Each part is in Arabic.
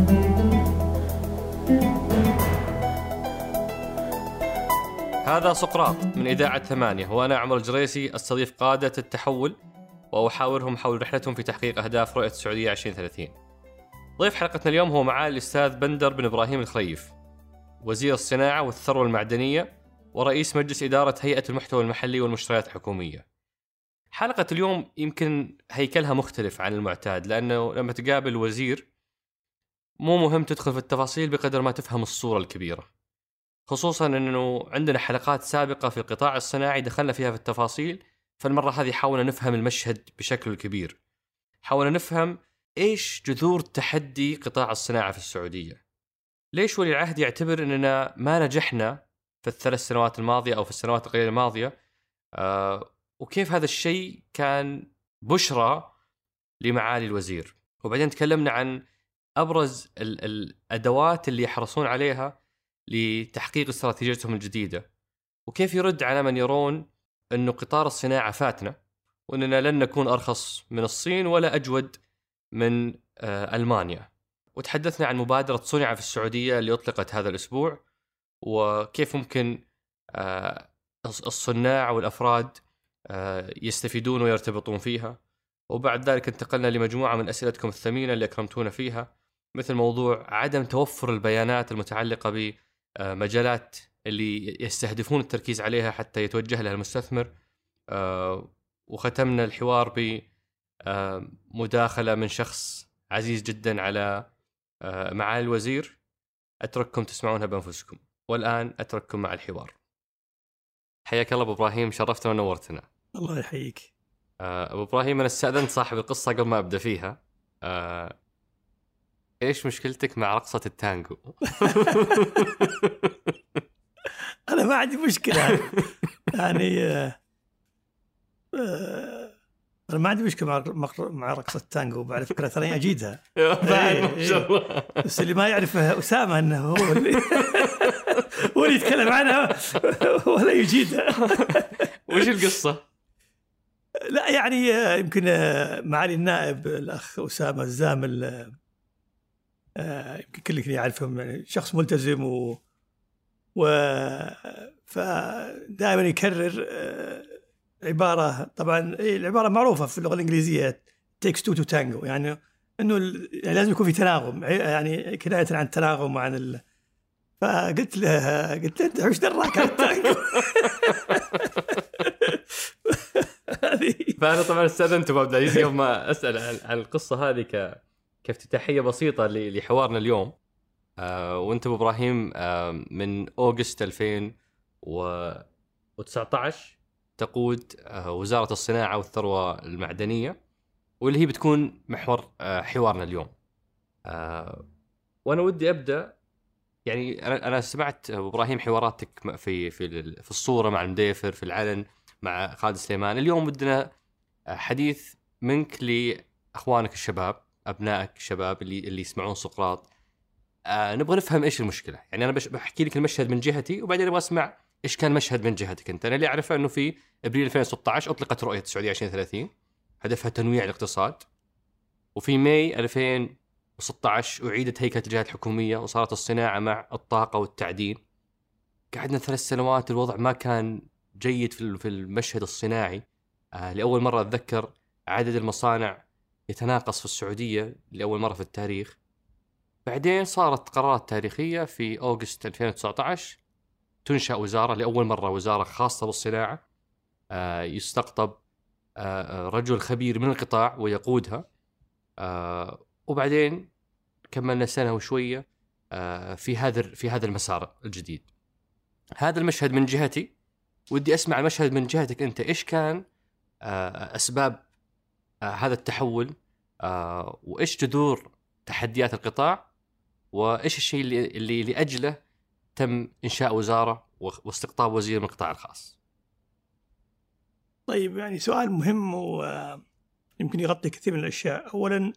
هذا سقراط من إذاعة 8، وأنا عمر الجريسي أستضيف قادة التحول وأحاورهم حول رحلتهم في تحقيق أهداف رؤية السعودية 2030. ضيف حلقتنا اليوم هو معالي الأستاذ بندر بن إبراهيم الخريف، وزير الصناعة والثروة المعدنية ورئيس مجلس إدارة هيئة المحتوى المحلي والمشتريات الحكومية. حلقة اليوم يمكن هيكلها مختلف عن المعتاد، لأنه لما تقابل وزير مو مهم تدخل في التفاصيل بقدر ما تفهم الصورة الكبيرة، خصوصاً أنه عندنا حلقات سابقة في القطاع الصناعي دخلنا فيها في التفاصيل، فالمرة هذه حاولنا نفهم المشهد بشكل كبير، حاولنا نفهم إيش جذور تحدي قطاع الصناعة في السعودية، ليش ولي العهد يعتبر أننا ما نجحنا في ال3 سنوات الماضية أو في السنوات القليلة الماضية، وكيف هذا الشيء كان بشرى لمعالي الوزير. وبعدين تكلمنا عن أبرز الأدوات اللي يحرصون عليها لتحقيق استراتيجيتهم الجديدة، وكيف يرد على من يرون أنه قطار الصناعة فاتنا وأننا لن نكون أرخص من الصين ولا أجود من ألمانيا. وتحدثنا عن مبادرة صنع في السعودية اللي أطلقت هذا الأسبوع، وكيف ممكن الصناع والأفراد يستفيدون ويرتبطون فيها. وبعد ذلك انتقلنا لمجموعة من أسئلتكم الثمينة اللي أكرمتونا فيها، مثل موضوع عدم توفر البيانات المتعلقة بمجالات اللي يستهدفون التركيز عليها حتى يتوجه لها المستثمر. وختمنا الحوار بمداخلة من شخص عزيز جدا على معالي الوزير، أترككم تسمعونها بأنفسكم. والآن أترككم مع الحوار. حياك الله أبو إبراهيم، شرفتنا ونورتنا. الله يحييك. أبو إبراهيم، أنا استأذنت صاحب القصة قبل ما أبدأ فيها. إيش مشكلتك مع رقصة التانجو؟ أنا ما عندي مشكلة يعني أنا ما عندي مشكلة مع رقصة التانجو، بعد فكرة ترى أجيدها. بس اللي ما يعرفه أسامة أنه هو اللي يتكلم عنها ولا يجيدها. وش القصة؟ لا يعني يمكن معالي النائب الأخ أسامة الزامل يمكن كلكم يعرفهم، يعني شخص ملتزم فدائما يكرر عبارة، طبعا العبارة معروفة في اللغة الإنجليزية takes two to tango، يعني إنه يعني لازم يكون في تناغم، يعني كناية عن التناغم وعن فقلت له أنت وش دراك على التانجو؟ فأنا طبعا استأذنت أبو عبد العزيز يوم ما أسأل عن القصة هذه كافتتاحية بسيطة لحوارنا اليوم. وأنت أبو إبراهيم من أغسطس 2019 تقود وزارة الصناعة والثروة المعدنية، واللي هي بتكون محور حوارنا اليوم. وأنا ودي أبدأ، يعني أنا سمعت أبو إبراهيم حواراتك في الصورة مع المديفر، في العلن مع خالد سليمان. اليوم بدنا حديث منك لأخوانك الشباب، أبنائك الشباب اللي يسمعون سقراط. نبغى نفهم إيش المشكلة. يعني أنا بحكي لك المشهد من جهتي، وبعدين أبغى أسمع إيش كان مشهد من جهتك أنت. أنا اللي أعرفه أنه في أبريل 2016 أطلقت رؤية السعودية 2030 هدفها تنويع الاقتصاد، وفي ماي 2016 أعيدت هيكلة الجهات الحكومية وصارت الصناعة مع الطاقة والتعدين. قعدنا 3 سنوات الوضع ما كان جيد في المشهد الصناعي. لأول مرة أتذكر عدد المصانع يتناقص في السعودية لأول مرة في التاريخ. بعدين صارت قرارات تاريخية في أغسطس 2019 تنشأ وزارة لأول مرة، وزارة خاصة بالصناعة، يستقطب رجل خبير من القطاع ويقودها. وبعدين كملنا سنة وشوية في هذا المسار الجديد. هذا المشهد من جهتي، ودي أسمع المشهد من جهتك أنت. إيش كان أسباب هذا التحول، وإيش جذور تحديات القطاع، وإيش الشيء اللي لأجله تم إنشاء وزارة واستقطاب وزير من القطاع الخاص؟ طيب، يعني سؤال مهم ويمكن يغطي كثير من الأشياء. أولا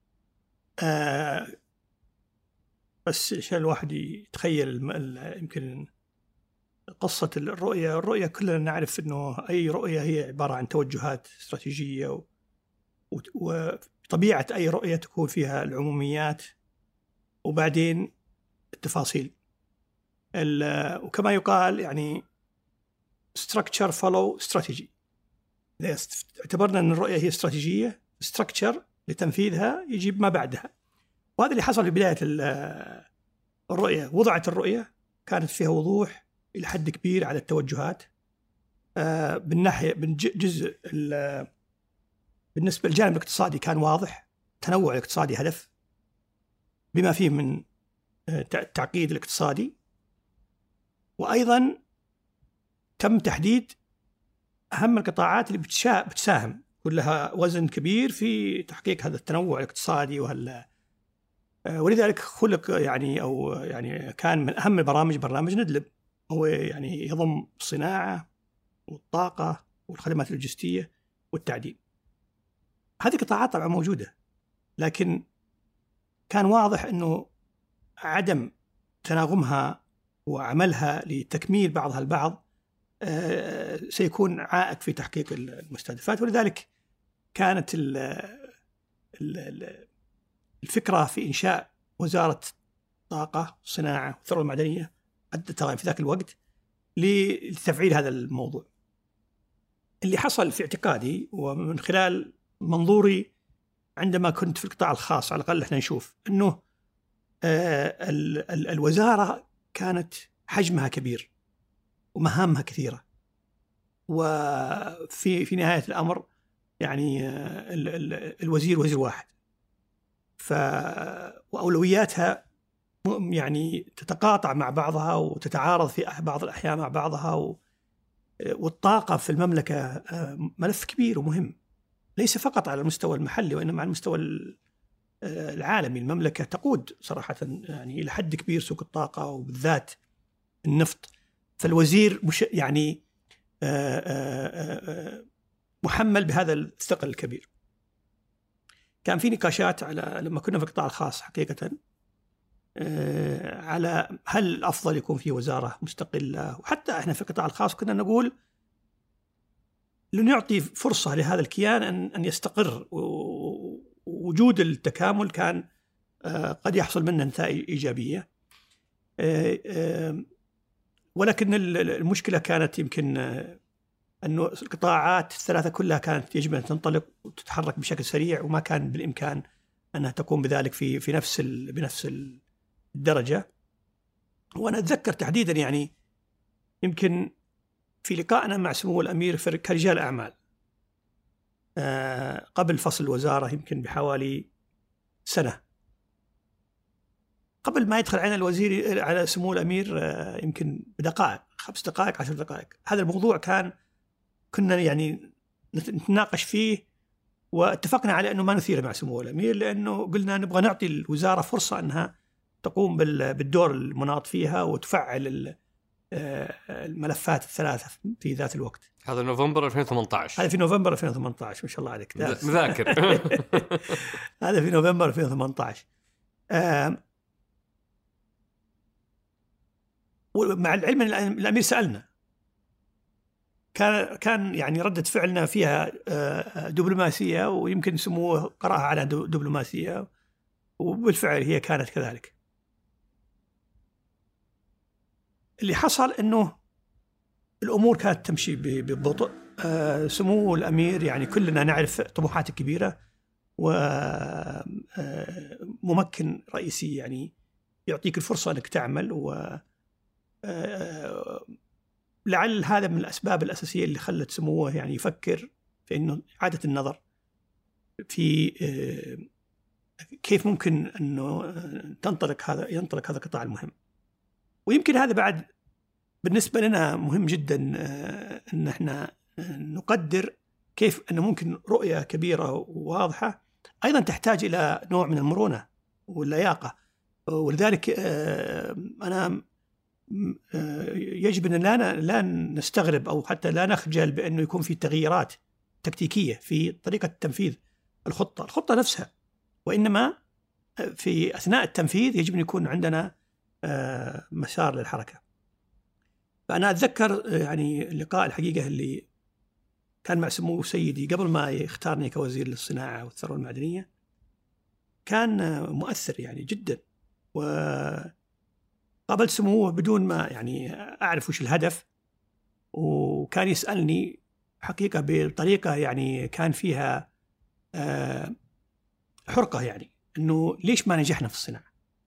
بس عشان الواحد يتخيل يمكن قصة الرؤية كلنا نعرف أنه أي رؤية هي عبارة عن توجهات استراتيجية، وطبيعة أي رؤية تكون فيها العموميات وبعدين التفاصيل. وكما يقال يعني structure follow strategy. إذا اعتبرنا أن الرؤية هي استراتيجية، structure لتنفيذها يجيب ما بعدها. وهذا اللي حصل في بداية الرؤية. وضعت الرؤية كانت فيها وضوح إلى حد كبير على التوجهات بالناحية من جزء بالنسبة للجانب الاقتصادي كان واضح، التنوع الاقتصادي هدف بما فيه من التعقيد الاقتصادي، وأيضا تم تحديد أهم القطاعات اللي بتساهم كلها وزن كبير في تحقيق هذا التنوع الاقتصادي ولذلك خلق يعني أو يعني كان من أهم برامج ندلب، هو يعني يضم الصناعة والطاقة والخدمات اللوجستية والتعدين. هذه قطاعات طبعا موجودة، لكن كان واضح أنه عدم تناغمها وعملها لتكميل بعضها البعض سيكون عائق في تحقيق المستهدفات. ولذلك كانت الفكرة في إنشاء وزارة طاقة صناعة والثروة المعدنية في ذاك الوقت لتفعيل هذا الموضوع. اللي حصل في اعتقادي ومن خلال منظوري عندما كنت في القطاع الخاص على الأقل احنا نشوف أنه الوزارة كانت حجمها كبير ومهامها كثيرة، وفي نهاية الأمر يعني الوزير وزير واحد، وأولوياتها يعني تتقاطع مع بعضها وتتعارض في بعض الأحيان مع بعضها. والطاقة في المملكة ملف كبير ومهم، ليس فقط على المستوى المحلي وإنما على المستوى العالمي. المملكة تقود صراحة يعني إلى حد كبير سوق الطاقة وبالذات النفط، فالوزير يعني محمل بهذا الثقل الكبير. كان في نقاشات على لما كنا في القطاع الخاص حقيقة على هل الأفضل يكون في وزارة مستقلة، وحتى إحنا في القطاع الخاص كنا نقول لنعطي فرصة لهذا الكيان أن يستقر، ووجود التكامل كان قد يحصل منه نتائج إيجابية. ولكن المشكلة كانت يمكن أنه القطاعات الثلاثة كلها كانت يجب أن تنطلق وتتحرك بشكل سريع، وما كان بالإمكان أنها تقوم بذلك بنفس الدرجة. وأنا أتذكر تحديدا يعني يمكن في لقائنا مع سمو الأمير كرجال أعمال قبل فصل الوزارة يمكن بحوالي سنة، قبل ما يدخل علينا الوزير على سمو الأمير يمكن بدقائق 5 دقائق 10 دقائق، هذا الموضوع كنا يعني نتناقش فيه، واتفقنا على أنه ما نثير مع سمو الأمير، لأنه قلنا نبغى نعطي الوزارة فرصة أنها تقوم بالدور المناط فيها وتفعل الملفات الثلاثة في ذات الوقت. هذا نوفمبر 2018. هذا في نوفمبر 2018 ما شاء الله عليك مذاكر. هذا في نوفمبر 2018. ومع العلم أن الأمير سألنا، كان يعني ردة فعلنا فيها دبلوماسية، ويمكن سموه قرأها على دبلوماسية، وبالفعل هي كانت كذلك. اللي حصل أنه الأمور كانت تمشي ببطء. سمو الأمير يعني كلنا نعرف طموحاته الكبيرة، وممكن رئيسي يعني يعطيك الفرصة أنك تعمل، لعل هذا من الأسباب الأساسية اللي خلت سموه يعني يفكر في أنه إعادة النظر في كيف ممكن أنه ينطلق هذا القطاع المهم. ويمكن هذا بعد بالنسبة لنا مهم جدا أن احنا نقدر كيف أنه ممكن رؤية كبيرة وواضحة أيضا تحتاج إلى نوع من المرونة واللياقة. ولذلك أنا يجب أن لا نستغرب أو حتى لا نخجل بأنه يكون في تغييرات تكتيكية في طريقة تنفيذ الخطة نفسها، وإنما في أثناء التنفيذ يجب أن يكون عندنا مسار للحركة. فأنا أتذكر يعني اللقاء الحقيقة اللي كان مع سمو سيدي قبل ما يختارني كوزير للصناعة والثروة المعدنية، كان مؤثر يعني جدا. وقابلت سموه بدون ما يعني أعرف وش الهدف، وكان يسألني حقيقة بطريقة يعني كان فيها حرقة، يعني أنه ليش ما نجحنا في الصناعة.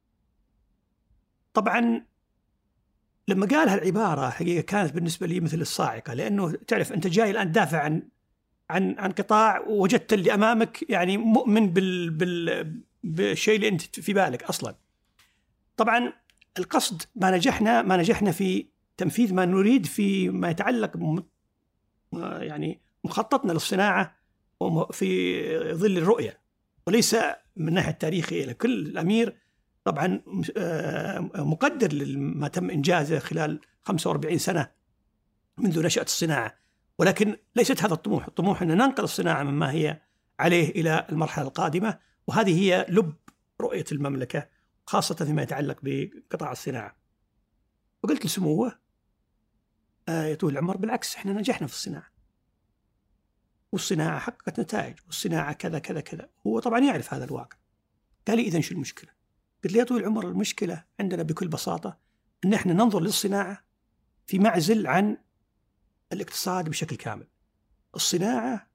طبعا لما قال هالعبارة حقيقة كانت بالنسبة لي مثل الصاعقة، لأنه تعرف أنت جاي الآن دافع عن قطاع، ووجدت اللي أمامك يعني مؤمن بالشيء اللي أنت في بالك أصلا. طبعا القصد ما نجحنا في تنفيذ ما نريد في ما يتعلق يعني مخططنا للصناعة في ظل الرؤية، وليس من ناحية تاريخية. لكل الأمير طبعا مقدر لما تم إنجازه خلال 45 سنة منذ نشأة الصناعة، ولكن ليست هذا الطموح. الطموح أن ننقل الصناعة مما هي عليه إلى المرحلة القادمة، وهذه هي لب رؤية المملكة خاصة فيما يتعلق بقطاع الصناعة. وقلت لسموه يا طويل العمر بالعكس احنا نجحنا في الصناعة، والصناعة حققت نتائج، والصناعة كذا كذا كذا. هو طبعا يعرف هذا الواقع. قال لي إذن شو المشكلة؟ قلت لي يا طويل العمر المشكلة عندنا بكل بساطة أن احنا ننظر للصناعة في معزل عن الاقتصاد بشكل كامل. الصناعة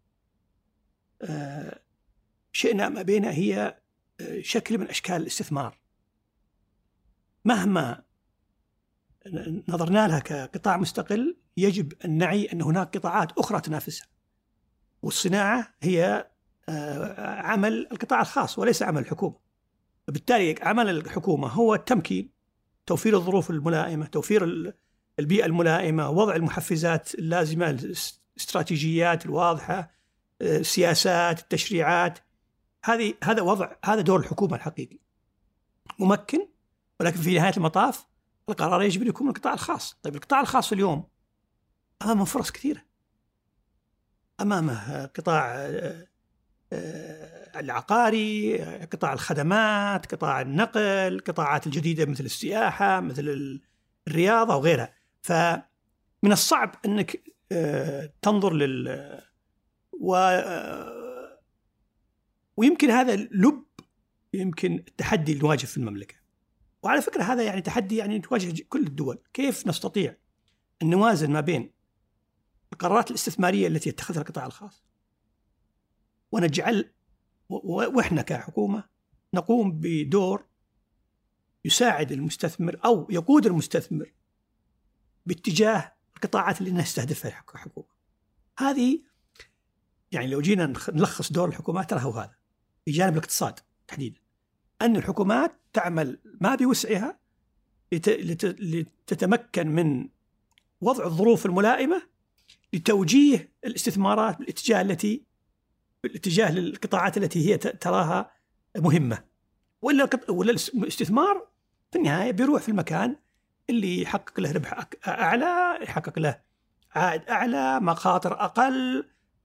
شئنا ما بينها هي شكل من أشكال الاستثمار، مهما نظرنا لها كقطاع مستقل يجب أن نعي أن هناك قطاعات أخرى تنافسها، والصناعة هي عمل القطاع الخاص وليس عمل الحكومة. وبالتالي عمل الحكومة هو التمكين، توفير الظروف الملائمة، توفير البيئة الملائمة، وضع المحفزات اللازمة، الاستراتيجيات الواضحة، السياسات، التشريعات. هذا دور الحكومة الحقيقي ممكن، ولكن في نهاية المطاف القرار يجب أن يكون من القطاع الخاص. طيب القطاع الخاص اليوم أمامه فرص كثيرة، أمامه قطاع العقاري، قطاع الخدمات، قطاع النقل، قطاعات الجديدة مثل السياحة، مثل الرياضة وغيرها. فمن الصعب أنك تنظر ويمكن هذا لب يمكن التحدي اللي نواجه في المملكة. وعلى فكرة هذا يعني تحدي يعني تواجه كل الدول. كيف نستطيع أن نوازن ما بين القرارات الاستثمارية التي يتخذها القطاع الخاص ونجعل وإحنا كحكومة نقوم بدور يساعد المستثمر أو يقود المستثمر باتجاه القطاعات اللي نستهدفها كحكومة. هذه يعني لو جينا نلخص دور الحكومات ترى هو هذا في جانب الاقتصاد تحديدا، أن الحكومات تعمل ما بوسعها لتتمكن من وضع الظروف الملائمة لتوجيه الاستثمارات بالاتجاه للقطاعات التي هي تراها مهمة. ولا الاستثمار في النهاية بيروح في المكان اللي يحقق له ربح أعلى، يحقق له عائد أعلى، مخاطر أقل.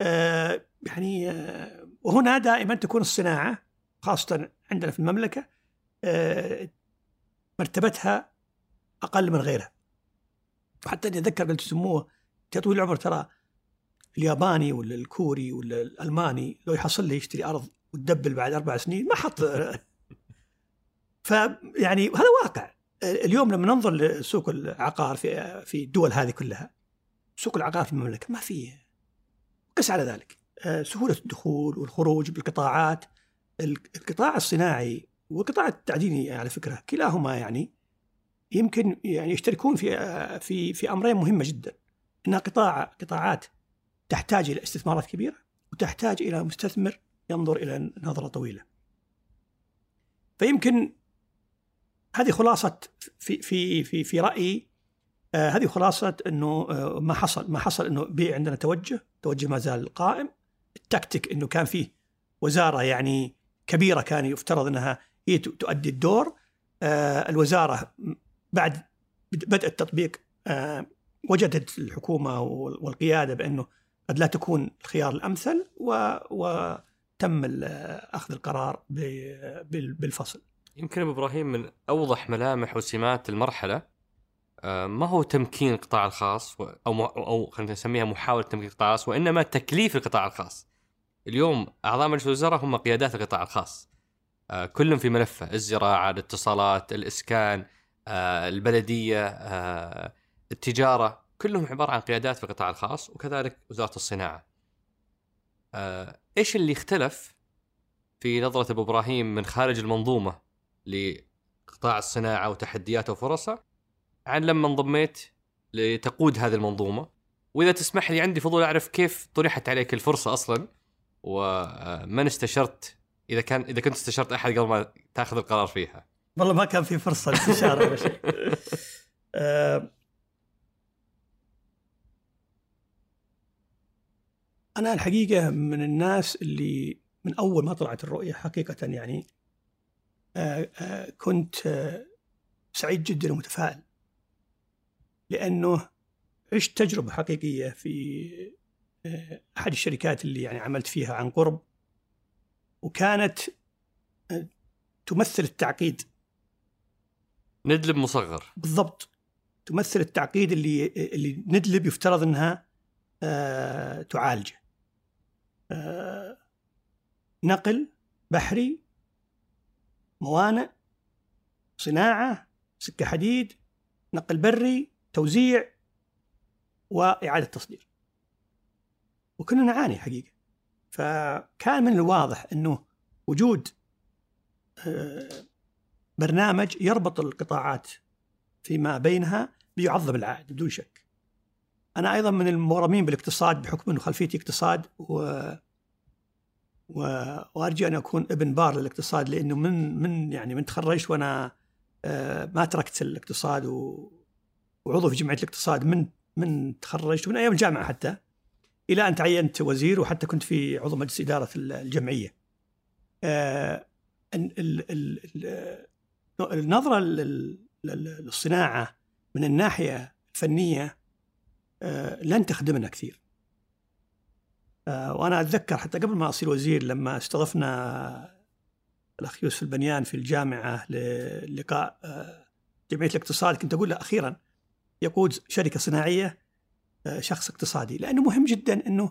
وهنا دائما تكون الصناعة خاصة عندنا في المملكة مرتبتها أقل من غيرها. وحتى أني أذكر قلت سموه تطويل العمر ترى الياباني ولا الكوري ولا الألماني لو يحصل له يشتري أرض وتدبل بعد 4 سنين ما حط. فيعني هذا واقع. اليوم لما ننظر لسوق العقار في الدول هذه كلها، سوق العقار في المملكة ما فيه قس على ذلك سهولة الدخول والخروج بالقطاعات. القطاع الصناعي والقطاع التعديني على فكرة كلاهما يعني يمكن يعني يشتركون في أمرين مهمة جدا، إنها قطاعات تحتاج إلى استثمارات كبيرة وتحتاج إلى مستثمر ينظر إلى نظرة طويلة. فيمكن هذه خلاصة في رأيي هذه خلاصة إنه ما حصل إنه عندنا توجه ما زال قائم. التكتيك إنه كان فيه وزارة يعني كبيرة كان يفترض أنها هي تؤدي الدور. الوزارة بعد بدء التطبيق وجدت الحكومة والقيادة بأنه قد لا تكون الخيار الأمثل وتم أخذ القرار بالفصل. يمكن أبو إبراهيم من أوضح ملامح وسمات المرحلة ما هو تمكين القطاع الخاص أو خلينا نسميها محاولة تمكين القطاع الخاص، وإنما تكليف القطاع الخاص. اليوم أعضاء مجلس الوزراء هم قيادات القطاع الخاص، كلهم في ملفه: الزراعة، الاتصالات، الإسكان، البلدية، التجارة، كلهم عبارة عن قيادات في القطاع الخاص، وكذلك وزارة الصناعة. إيش اللي اختلف في نظرة أبو إبراهيم من خارج المنظومة لقطاع الصناعة وتحدياته وفرصه عن لما انضميت لتقود هذه المنظومة؟ وإذا تسمح لي عندي فضول أعرف كيف طرحت عليك الفرصة أصلا، ومن استشرت، إذا كنت استشرت أحد قبل ما تأخذ القرار فيها. والله ما كان في فرصة استشارة ولا شيء. أنا الحقيقة من الناس اللي من أول ما طلعت الرؤية حقيقة يعني كنت سعيد جدا ومتفائل، لأنه عشت تجربة حقيقية في أحد الشركات اللي يعني عملت فيها عن قرب، وكانت تمثل التعقيد. ندلب مصغر بالضبط، تمثل التعقيد اللي ندلب يفترض أنها تعالجه. نقل بحري، موانئ، صناعة، سكة حديد، نقل بري، توزيع، وإعادة تصدير. وكنا نعاني حقيقة. فكان من الواضح أنه وجود برنامج يربط القطاعات فيما بينها بيعظم العائد بدون شك. أنا أيضا من المغرمين بالاقتصاد بحكم أنه خلفيتي اقتصاد، وأرجو أن أكون ابن بار للاقتصاد، لأنه من تخرجت وأنا ما تركت الاقتصاد، وعضو في جمعية الاقتصاد من تخرجت من أيام الجامعة حتى إلى أن تعينت وزير، وحتى كنت في عضو مجلس إدارة الجمعية. النظرة للصناعة من الناحية الفنية لن تخدمنا كثير. وأنا أتذكر حتى قبل ما أصير وزير لما استضفنا الأخ يوسف البنيان في الجامعة للقاء جمعية الاقتصاد، كنت أقول له أخيرا يقود شركة صناعية شخص اقتصادي، لأنه مهم جدا أنه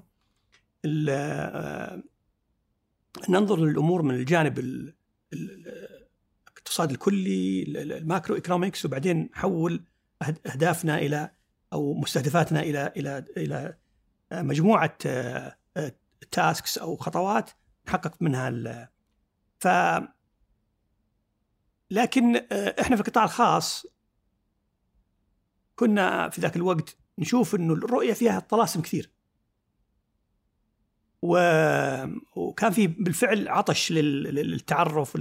ننظر للأمور من الجانب الاقتصاد الكلي، الماكرو إيكونوميكس، وبعدين نحول أهدافنا إلى أو مستهدفاتنا إلى مجموعة تاسكس أو خطوات نحقق منها لكن إحنا في القطاع الخاص كنا في ذاك الوقت نشوف إنه الرؤية فيها طلاسم كثير، وكان في بالفعل عطش للتعرف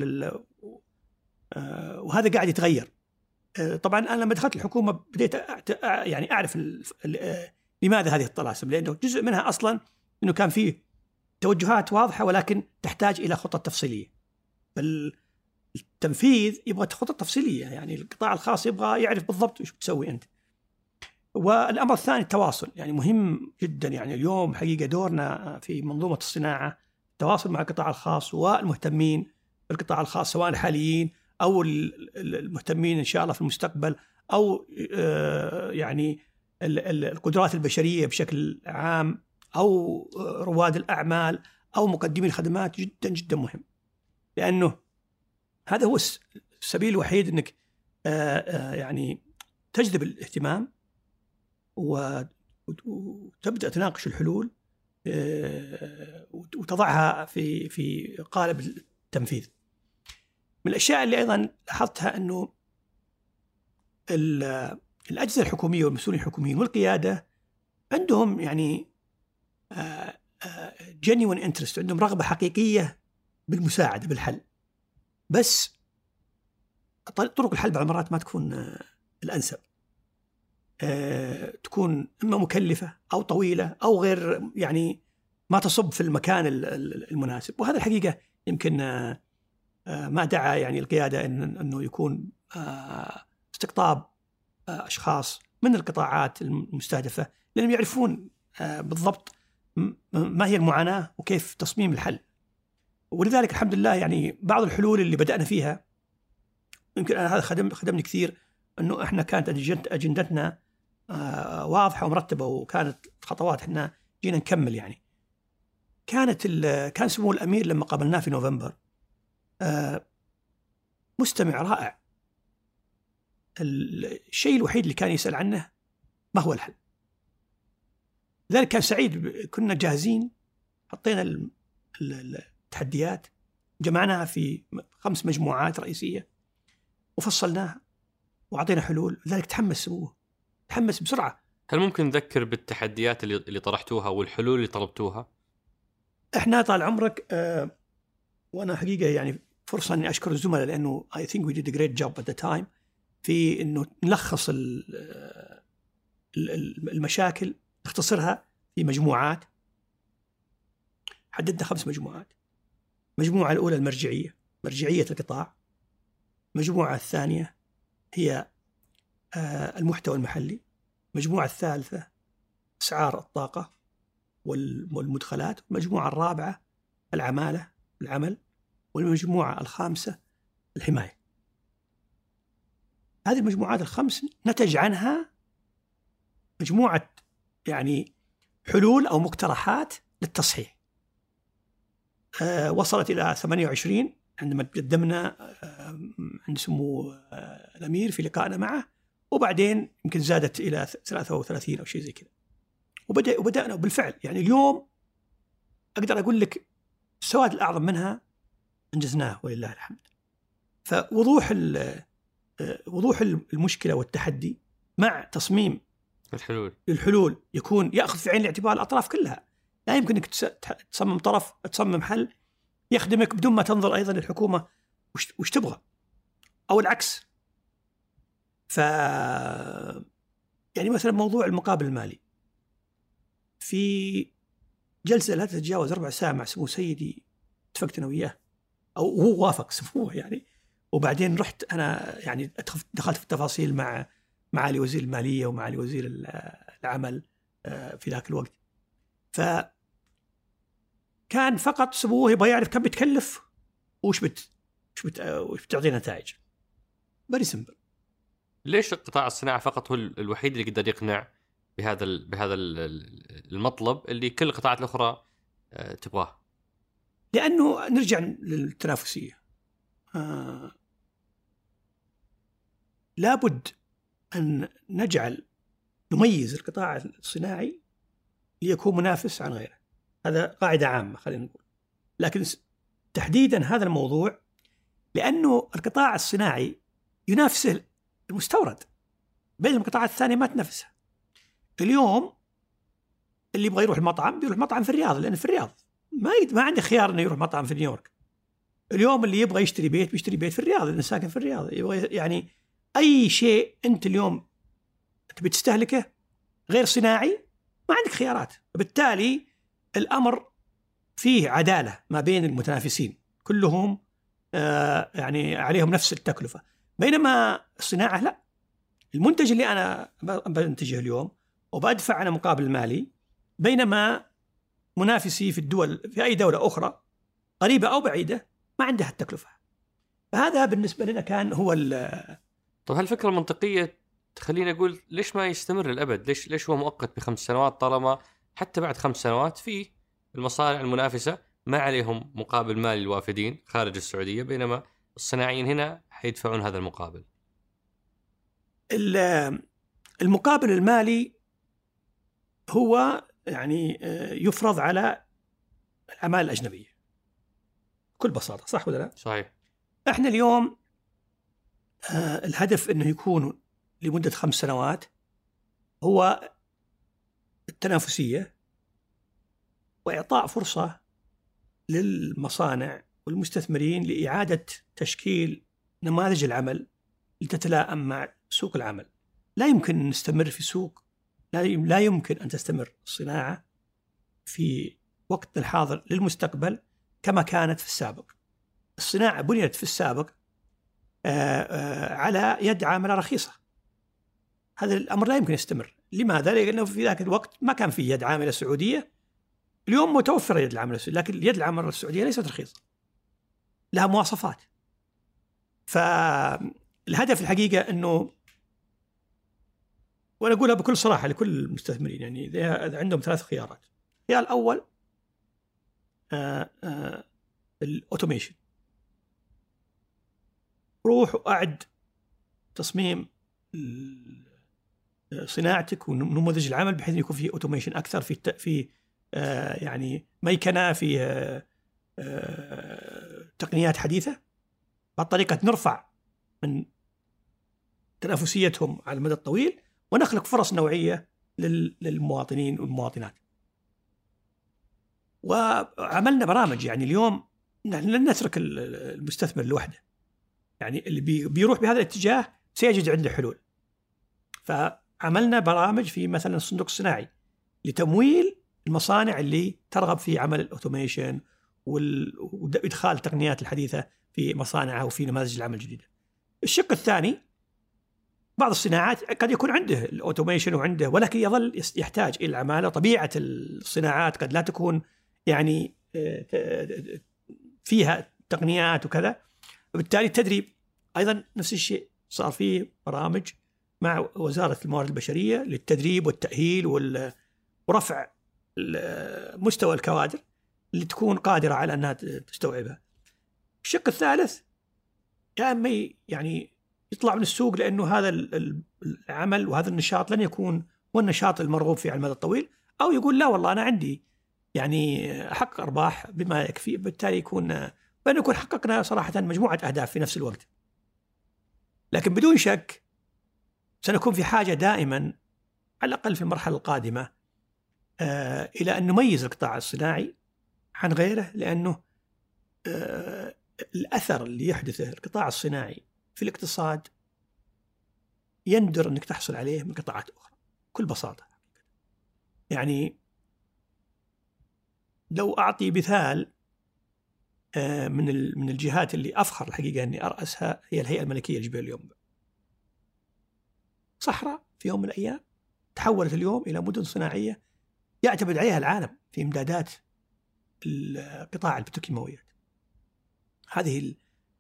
وهذا قاعد يتغير. طبعا أنا لما دخلت الحكومة بديت يعني أعرف لماذا هذه الطلاسم، لأنه جزء منها أصلا أنه كان فيه توجهات واضحة ولكن تحتاج إلى خطط تفصيلية. التنفيذ يبغى خطط تفصيلية، يعني القطاع الخاص يبغى يعرف بالضبط وش بتسوي أنت. والأمر الثاني التواصل، يعني مهم جدا. يعني اليوم حقيقة دورنا في منظومة الصناعة التواصل مع القطاع الخاص والمهتمين بالقطاع الخاص، سواء الحاليين أو المهتمين إن شاء الله في المستقبل، أو يعني القدرات البشرية بشكل عام، أو رواد الأعمال، أو مقدمي الخدمات. جدا جدا مهم، لأنه هذا هو السبيل الوحيد أنك يعني تجذب الاهتمام وتبدأ تناقش الحلول وتضعها في قالب التنفيذ. من الأشياء اللي أيضا لاحظتها أنه الأجهزة الحكومية والمسؤولين الحكوميين والقيادة عندهم يعني genuine interest، عندهم رغبة حقيقية بالمساعدة بالحل، بس طرق الحل بعض المرات ما تكون الأنسب، تكون إما مكلفة أو طويلة أو غير، يعني ما تصب في المكان المناسب. وهذا الحقيقة يمكن ما دعا يعني القيادة أنه يكون استقطاب أشخاص من القطاعات المستهدفة، لأنهم يعرفون بالضبط ما هي المعاناة وكيف تصميم الحل. ولذلك الحمد لله يعني بعض الحلول اللي بدأنا فيها يمكن هذا خدمني كثير، أنه إحنا كانت أجندتنا واضحة ومرتبة، وكانت خطوات إحنا جينا نكمل. يعني كان سمو الأمير لما قابلناه في نوفمبر مستمع رائع. الشيء الوحيد اللي كان يسأل عنه ما هو الحل. لذلك كان سعيد، كنا جاهزين، حطينا التحديات، جمعناها في 5 مجموعات رئيسية وفصلناها وأعطينا حلول. لذلك تحمس أبوه، تحمس بسرعة. هل ممكن نذكر بالتحديات اللي طرحتوها والحلول اللي طلبتوها؟ إحنا طال عمرك وأنا حقيقة يعني فرصة أني أشكر الزملاء، لأنه I think we did a great job at the time في أنه نلخص المشاكل، نختصرها في مجموعات. حددنا 5 مجموعات. المجموعة الأولى المرجعية، مرجعية القطاع. المجموعة الثانية هي المحتوى المحلي. المجموعة الثالثة أسعار الطاقة والمدخلات. المجموعة الرابعة العمالة، العمل. والمجموعة الخامسة الحماية. هذه المجموعات ال5 نتج عنها مجموعة يعني حلول أو مقترحات للتصحيح. وصلت إلى 28 عندما قدمنا عند سمو الأمير في لقائنا معه، وبعدين يمكن زادت إلى 33 أو شيء زي كذا. وبدأنا بالفعل. يعني اليوم أقدر أقول لك السواد الأعظم منها أنجزناه ولله الحمد. فوضوح وضوح المشكلة والتحدي مع تصميم الحلول يكون يأخذ في عين الاعتبار الأطراف كلها. لا يمكن أنك تصمم حل يخدمك بدون ما تنظر أيضا الحكومة وش تبغى أو العكس. يعني مثلا موضوع المقابل المالي، في جلسة لا تتجاوز 4 ساعات مع سمو سيدي اتفقت أنا وياه، أو هو وافق سموه يعني. وبعدين رحت أنا يعني دخلت في التفاصيل مع معالي وزير المالية ومعالي وزير العمل في ذاك الوقت. فكان فقط سموه يبغى يعرف كم بتكلف وش بتعطينا نتائج. بري سمبل. ليش قطاع الصناعة فقط هو الوحيد اللي يقدر يقنع بهذا المطلب اللي كل القطاعات الأخرى تبغاه؟ لأنه نرجع للتنافسية. لابد أن نميز القطاع الصناعي ليكون منافس عن غيره. هذا قاعدة عامة خلينا نقول. لكن تحديدا هذا الموضوع لأنه القطاع الصناعي ينافس المستورد، بين القطاعات الثانية ما تنافسها. اليوم اللي يبغى يروح المطعم بيروح مطعم في الرياض، لأن في الرياض ما عنده خيار إنه يروح مطعم في نيويورك. اليوم اللي يبغى يشتري بيت بيشتري بيت في الرياض لأنه ساكن في الرياض. يبغى يعني أي شيء أنت اليوم تبي تستهلكه غير صناعي ما عندك خيارات. وبالتالي الأمر فيه عدالة ما بين المتنافسين كلهم، يعني عليهم نفس التكلفة. بينما الصناعة لا، المنتج اللي أنا بنتجه اليوم وبدفع أنا مقابل مالي، بينما منافسي في الدول في أي دولة أخرى قريبة أو بعيدة ما عندها التكلفة. فهذا بالنسبة لنا كان هو طب هالفكرة منطقية تخليني أقول ليش ما يستمر للأبد؟ ليش هو مؤقت ب5 سنوات طالما حتى بعد 5 سنوات في المصانع المنافسة ما عليهم مقابل مالي الوافدين خارج السعودية، بينما الصناعيين هنا حيدفعون هذا المقابل. المقابل المالي هو يعني يفرض على الأعمال الأجنبية بكل بساطة، صح ولا لا؟ صحيح. احنا اليوم الهدف انه يكون لمدة 5 سنوات هو التنافسية وإعطاء فرصة للمصانع والمستثمرين لإعادة تشكيل نماذج العمل لتتلائم مع سوق العمل. لا يمكن أن نستمر في سوق، لا يمكن أن تستمر الصناعة في وقت الحاضر للمستقبل كما كانت في السابق. الصناعة بنيت في السابق على يد عاملة رخيصة. هذا الأمر لا يمكن يستمر. لماذا؟ لأنه في ذاك الوقت ما كان في يد عاملة سعودية. اليوم متوفرة يد العاملة السعودية، لكن يد العاملة السعودية ليست رخيصة، لها مواصفات. فالهدف الحقيقة أنه، وأنا أقولها بكل صراحة لكل المستثمرين، يعني إذا عندهم 3 خيارات. الخيار الأول الأوتوميشن، روح وأعد تصميم صناعتك ونموذج العمل بحيث يكون فيه اوتوميشن اكثر، في يعني ميكنه، في تقنيات حديثه. بهالطريقه نرفع من تنافسيتهم على المدى الطويل ونخلق فرص نوعيه للمواطنين والمواطنات. وعملنا برامج، يعني اليوم نحن لن نترك المستثمر لوحده، يعني اللي بيروح بهذا الاتجاه سيجد عنده حلول. فعملنا برامج في مثلا الصندوق الصناعي لتمويل المصانع اللي ترغب في عمل الأوتوميشن وإدخال التقنيات الحديثة في مصانعها وفي نماذج العمل الجديدة. الشق الثاني، بعض الصناعات قد يكون عنده الأوتوميشن وعنده، ولكن يظل يحتاج إلى العمالة. طبيعة الصناعات قد لا تكون يعني فيها تقنيات وكذا، وبالتالي التدريب أيضا نفس الشيء. صار فيه برامج مع وزارة الموارد البشرية للتدريب والتأهيل ورفع مستوى الكوادر اللي تكون قادرة على أنها تستوعبها. الشق الثالث يا أما يعني يطلع من السوق، لأنه هذا العمل وهذا النشاط لن يكون هو النشاط المرغوب فيه على المدى الطويل، أو يقول لا والله أنا عندي يعني أحقق أرباح بما يكفي، بالتالي نكون حققنا صراحة مجموعة أهداف في نفس الوقت. لكن بدون شك سنكون في حاجة دائما على الأقل في المرحلة القادمة إلى أن نميز القطاع الصناعي عن غيره، لأنه الأثر اللي يحدثه القطاع الصناعي في الاقتصاد يندر أنك تحصل عليه من قطاعات أخرى بكل بساطة. يعني لو أعطي مثال، من الجهات اللي أفخر الحقيقة أني أرأسها هي الهيئة الملكية لجبال الينبع. صحراء في يوم من الأيام تحولت اليوم إلى مدن صناعية يعتمد عليها العالم في إمدادات القطاع البتروكيماويات. هذه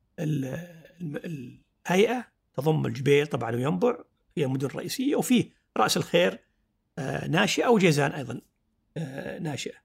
الهيئة تضم الجبيل طبعا وينبع، هي مدن رئيسية، وفيه رأس الخير ناشئة، وجيزان أيضا ناشئة.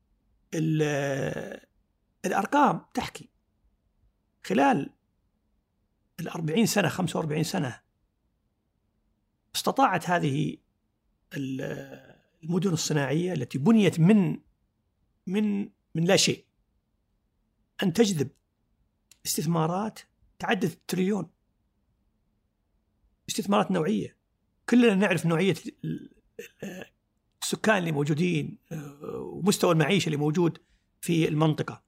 الأرقام تحكي خلال 40 سنة 45 سنة استطاعت هذه المدن الصناعية التي بنيت من لا شيء أن تجذب استثمارات تعدت التريليون، استثمارات نوعية. كلنا نعرف نوعية السكان اللي موجودين ومستوى المعيشة اللي موجود في المنطقة.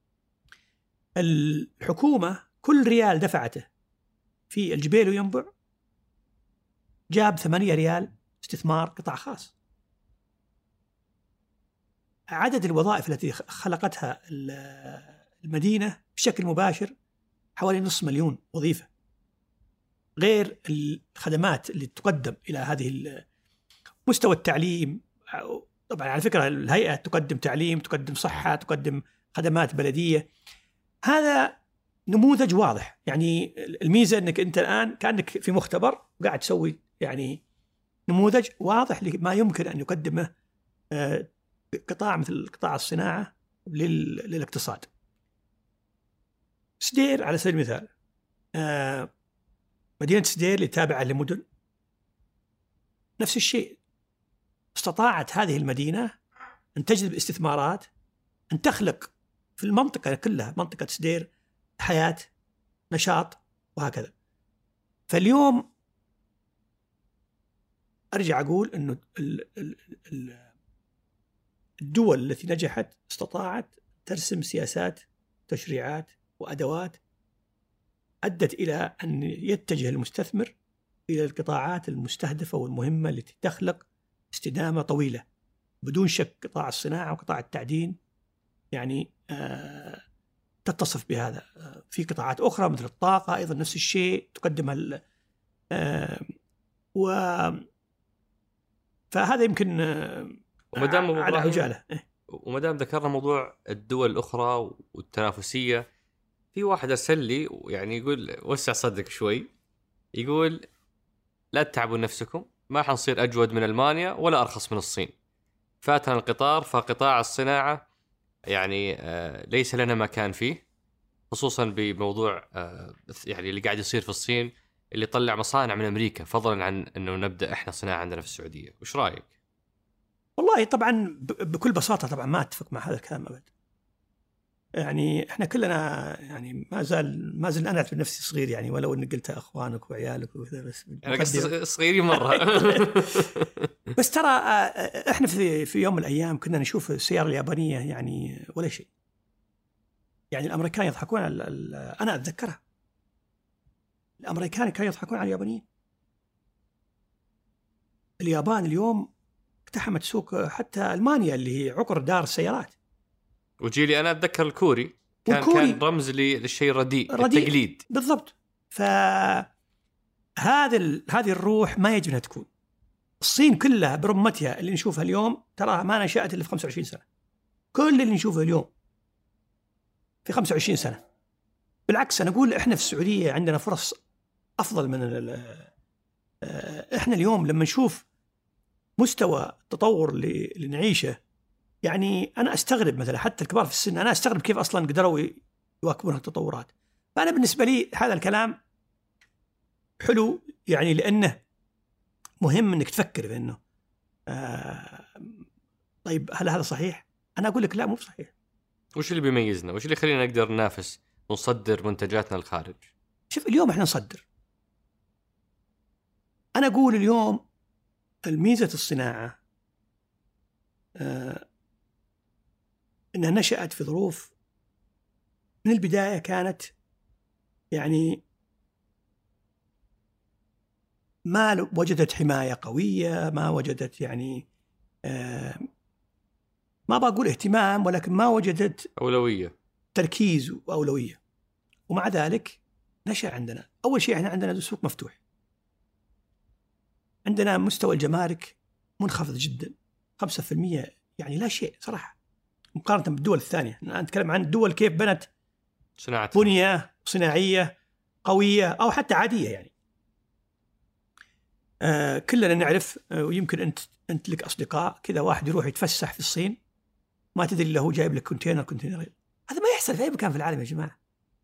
الحكومة كل ريال دفعته في الجبيل وينبع جاب 8 ريال استثمار قطاع خاص. عدد الوظائف التي خلقتها المدينة بشكل مباشر حوالي 500,000 وظيفة، غير الخدمات اللي تقدم إلى هذه مستوى التعليم. طبعا على فكرة الهيئة تقدم تعليم، تقدم صحة، تقدم خدمات بلدية. هذا نموذج واضح. يعني الميزة أنك أنت الآن كأنك في مختبر وقاعد تسوي يعني نموذج واضح لما يمكن أن يقدمه قطاع مثل قطاع الصناعة للاقتصاد. سدير على سبيل المثال، مدينة سدير اللي تابعة لمدن نفس الشيء، استطاعت هذه المدينة أن تجذب استثمارات، أن تخلق في المنطقة كلها، منطقة سدير، حياة، نشاط، وهكذا. فاليوم أرجع أقول أنه الدول التي نجحت استطاعت ترسم سياسات، تشريعات وأدوات أدت إلى أن يتجه المستثمر إلى القطاعات المستهدفة والمهمة التي تخلق استدامة طويلة. بدون شك قطاع الصناعة وقطاع التعدين يعني تتصف بهذا. في قطاعات أخرى مثل الطاقة أيضا نفس الشيء تقدمها فهذا يمكن على عجالة. ومدام ذكرنا موضوع الدول الأخرى والتنافسية، في واحد أرسل لي يعني يقول وسع صدرك شوي، يقول لا تتعبوا نفسكم، ما حنصير أجود من ألمانيا ولا أرخص من الصين، فاتنا القطار، فقطاع الصناعة يعني ليس لنا مكان فيه، خصوصا بموضوع يعني اللي قاعد يصير في الصين، اللي طلع مصانع من أمريكا، فضلا عن أنه نبدأ إحنا صناعة عندنا في السعودية. وش رأيك؟ والله طبعا بكل بساطة طبعا ما أتفق مع هذا الكلام أبدا. يعني إحنا كلنا يعني ما زلنا أنا أعتبر نفسي صغير، يعني ولو إن قلتها أخوانك وعيالك وكذا، بس أنا قصدي صغيرين مرة. بس ترى إحنا في يوم من الأيام كنا نشوف السيارة اليابانية يعني ولا شيء. يعني الأمريكان يضحكون على أنا أتذكرها، الأمريكان كانوا يضحكون على اليابانيين. اليابان اليوم اقتحمت سوق حتى ألمانيا اللي هي عقر دار السيارات. وجيلي أنا أتذكر الكوري كان رمز للشيء رديء، التقليد بالضبط. فهذه الروح ما يجب أنها تكون. الصين كلها برمتها اللي نشوفها اليوم تراها ما نشأت إلا في 25 سنة. كل اللي نشوفه اليوم في 25 سنة. بالعكس أنا أقول إحنا في السعودية عندنا فرص أفضل من إحنا اليوم لما نشوف مستوى التطور اللي نعيشه. يعني أنا أستغرب مثلا حتى الكبار في السن، أنا أستغرب كيف أصلا قدروا يواكبون التطورات. فأنا بالنسبة لي هذا الكلام حلو، يعني لأنه مهم أنك تفكر في أنه طيب هل هذا صحيح؟ أنا أقول لك لا، مو صحيح. وش اللي بيميزنا؟ وش اللي يخلينا نقدر ننافس ونصدر منتجاتنا للخارج؟ شوف اليوم إحنا نصدر. أنا أقول اليوم الميزة الصناعة إنها نشأت في ظروف من البداية كانت يعني ما وجدت حماية قوية، ما وجدت يعني ما بقول اهتمام، ولكن ما وجدت أولوية، تركيز وأولوية. ومع ذلك نشأ عندنا أول شيء، إحنا عندنا سوق مفتوح، عندنا مستوى الجمارك منخفض جدا 5%، يعني لا شيء صراحة مقارنة بالدول الثانية. أنا أتكلم عن الدول كيف بنت بنية صناعية قوية أو حتى عادية. يعني كلنا نعرف، ويمكن أنت لك أصدقاء كذا، واحد يروح يتفسح في الصين ما تدري إلا هو جايب لك كونتينرين. هذا ما يحصل في أي مكان في العالم يا جماعة.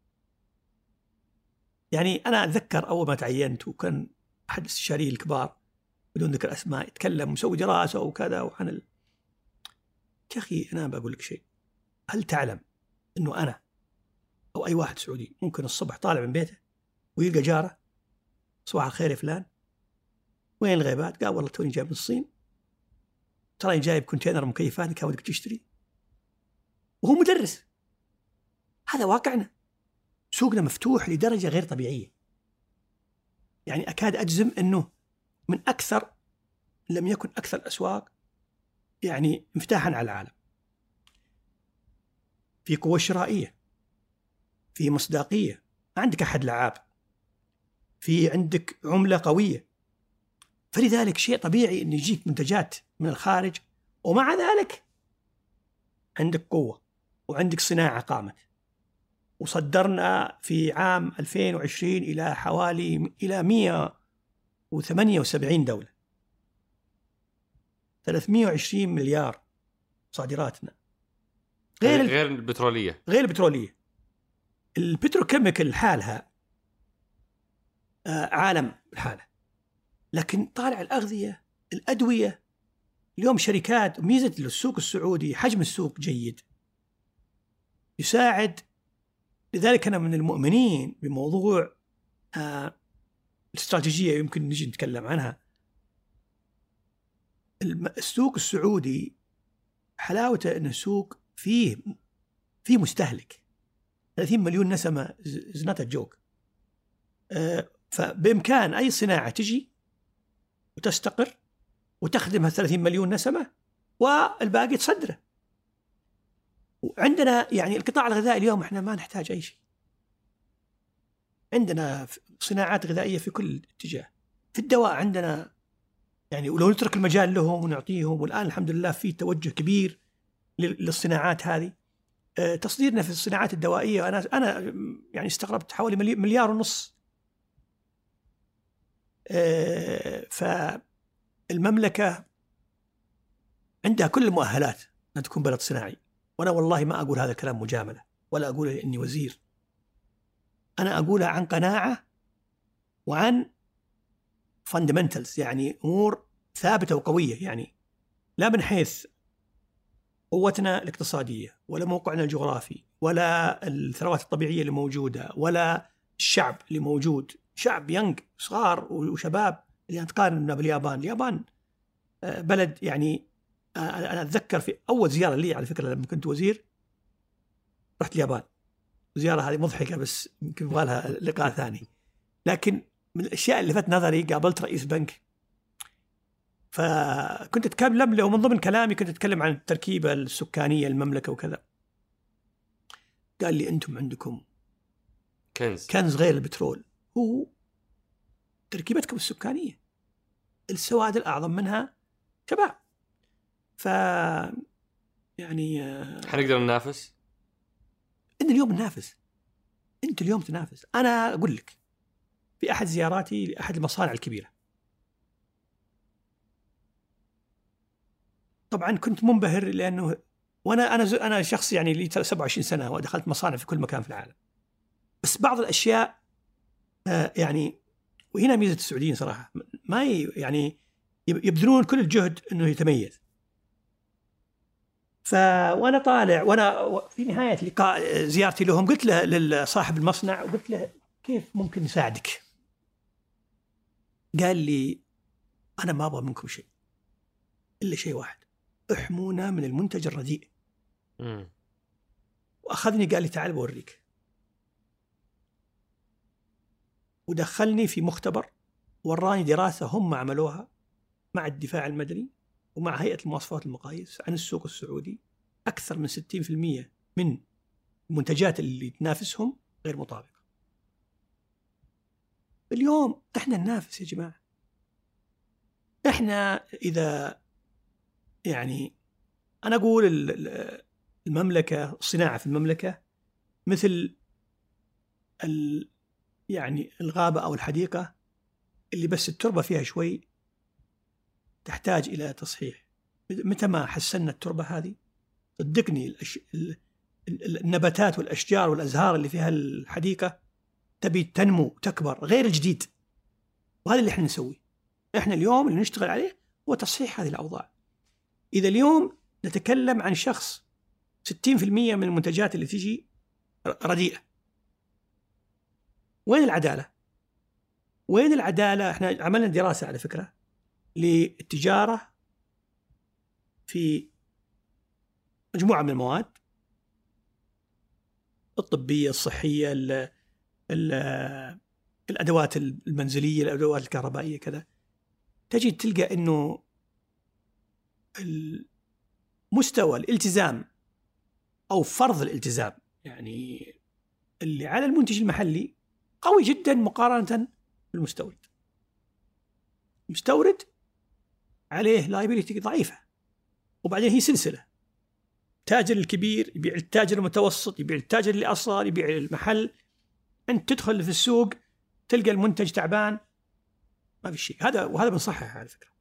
يعني أنا أتذكر أول ما تعينت وكان أحد الاستشاريين الكبار بدون ذكر أسماء يتكلم وسوي دراسة وكذا وعن يا أخي أنا بقول لك شيء، هل تعلم أنه أنا أو أي واحد سعودي ممكن الصبح طالع من بيته ويلقى جاره صباح الخير يا فلان وين الغيبات؟ قال والله توني جايب من الصين، ترى جايب كونتينر مكيفات كان ودك تشتري، وهو مدرس. هذا واقعنا، سوقنا مفتوح لدرجة غير طبيعية. يعني أكاد أجزم أنه من أكثر لم يكن أكثر الأسواق يعني انفتاحا على العالم، في قوة شرائية، في مصداقية، ما عندك أحد لعاب، في عندك عملة قوية. فلذلك شيء طبيعي أن يجيك منتجات من الخارج، ومع ذلك عندك قوة وعندك صناعة قامت. وصدرنا في عام 2020 إلى حوالي 178 دولة، 320 مليار صادراتنا، غير البترولية. غير البترولية. البتروكيميكال حالها عالم الحالة، لكن طالع الأغذية، الأدوية. اليوم شركات، ميزة السوق السعودي حجم السوق جيد يساعد. لذلك أنا من المؤمنين بموضوع الاستراتيجية، يمكن نجي نتكلم عنها. السوق السعودي حلاوته أن السوق فيه مستهلك 30 مليون نسمة، زنات الجوك. فبإمكان أي صناعة تجي وتستقر وتخدمها 30 مليون نسمة والباقي تصدره. وعندنا يعني القطاع الغذائي اليوم احنا ما نحتاج أي شيء، عندنا صناعات غذائية في كل اتجاه. في الدواء عندنا يعني، ولو نترك المجال لهم ونعطيهم، والآن الحمد لله في توجه كبير للصناعات هذه. تصديرنا في الصناعات الدوائية أنا يعني استغربت حوالي 1.5 مليار. فالمملكة عندها كل المؤهلات أن تكون بلد صناعي. وأنا والله ما أقول هذا الكلام مجاملة، ولا أقول إني وزير أنا أقولها عن قناعة وعن fundamentals، يعني أمور ثابتة وقوية، يعني لا من حيث قوتنا الاقتصادية ولا موقعنا الجغرافي ولا الثروات الطبيعية اللي موجودة ولا الشعب اللي موجود، شعب ينج صغار وشباب. اللي تقارن باليابان، اليابان بلد يعني أنا أتذكر في أول زيارة لي على فكرة لما كنت وزير رحت اليابان، زيارة هذه مضحكة بس يمكن يبغى لها لقاء ثاني. لكن من الأشياء اللي لفت نظري قابلت رئيس بنك، فكنت أتكلم له ومن ضمن كلامي كنت أتكلم عن التركيبة السكانية المملكة وكذا. قال لي أنتم عندكم كنز غير البترول، هو تركيبتكم السكانية، السواد الأعظم منها شباب. ف يعني حنقدر ننافس؟ أنت اليوم ننافس، أنت اليوم تنافس. أنا أقول لك في أحد زياراتي لأحد المصانع الكبيرة، طبعا كنت منبهر لأنه أنا شخص يعني لي 27 سنة ودخلت مصانع في كل مكان في العالم، بس بعض الأشياء يعني، وهنا ميزة السعوديين صراحة، ما يعني يبذلون كل الجهد أنه يتميز. وأنا طالع وأنا في نهاية لقاء زيارتي لهم قلت له لصاحب المصنع، وقلت له كيف ممكن نساعدك؟ قال لي أنا ما أبغى منكم شيء إلا شيء واحد، احمونا من المنتج الرديء. وأخذني قال لي تعال بوريك، ودخلني في مختبر وراني دراسة هم عملوها مع الدفاع المدني ومع هيئة المواصفات والمقاييس عن السوق السعودي. أكثر من 60% من المنتجات اللي تنافسهم غير مطابقة. اليوم إحنا ننافس يا جماعة. إحنا إذا يعني أنا أقول المملكة، الصناعة في المملكة مثل يعني الغابة أو الحديقة اللي بس التربة فيها شوي تحتاج إلى تصحيح. متى ما حسنا التربة هذه صدقني النباتات والأشجار والأزهار اللي فيها الحديقة تبي تنمو وتكبر غير الجديد. وهذا اللي احنا نسويه. احنا اليوم اللي نشتغل عليه هو تصحيح هذه الأوضاع. إذا اليوم نتكلم عن شخص 60% من المنتجات اللي تجي رديئة، وين العدالة؟ وين العدالة؟ احنا عملنا دراسة على فكرة للتجارة في مجموعة من المواد الطبية، الصحية، الأدوات المنزلية، الأدوات الكهربائية كذا. تجد تلقى أنه مستوى الالتزام أو فرض الالتزام يعني اللي على المنتج المحلي قوي جدا مقارنة بالمستورد. المستورد عليه لايبيليتي ضعيفة، وبعدين هي سلسلة، التاجر الكبير يبيع التاجر المتوسط، يبيع التاجر اللي أصغر، يبيع المحل. أنت تدخل في السوق تلقى المنتج تعبان، ما في شيء. وهذا بنصحح على فكرة.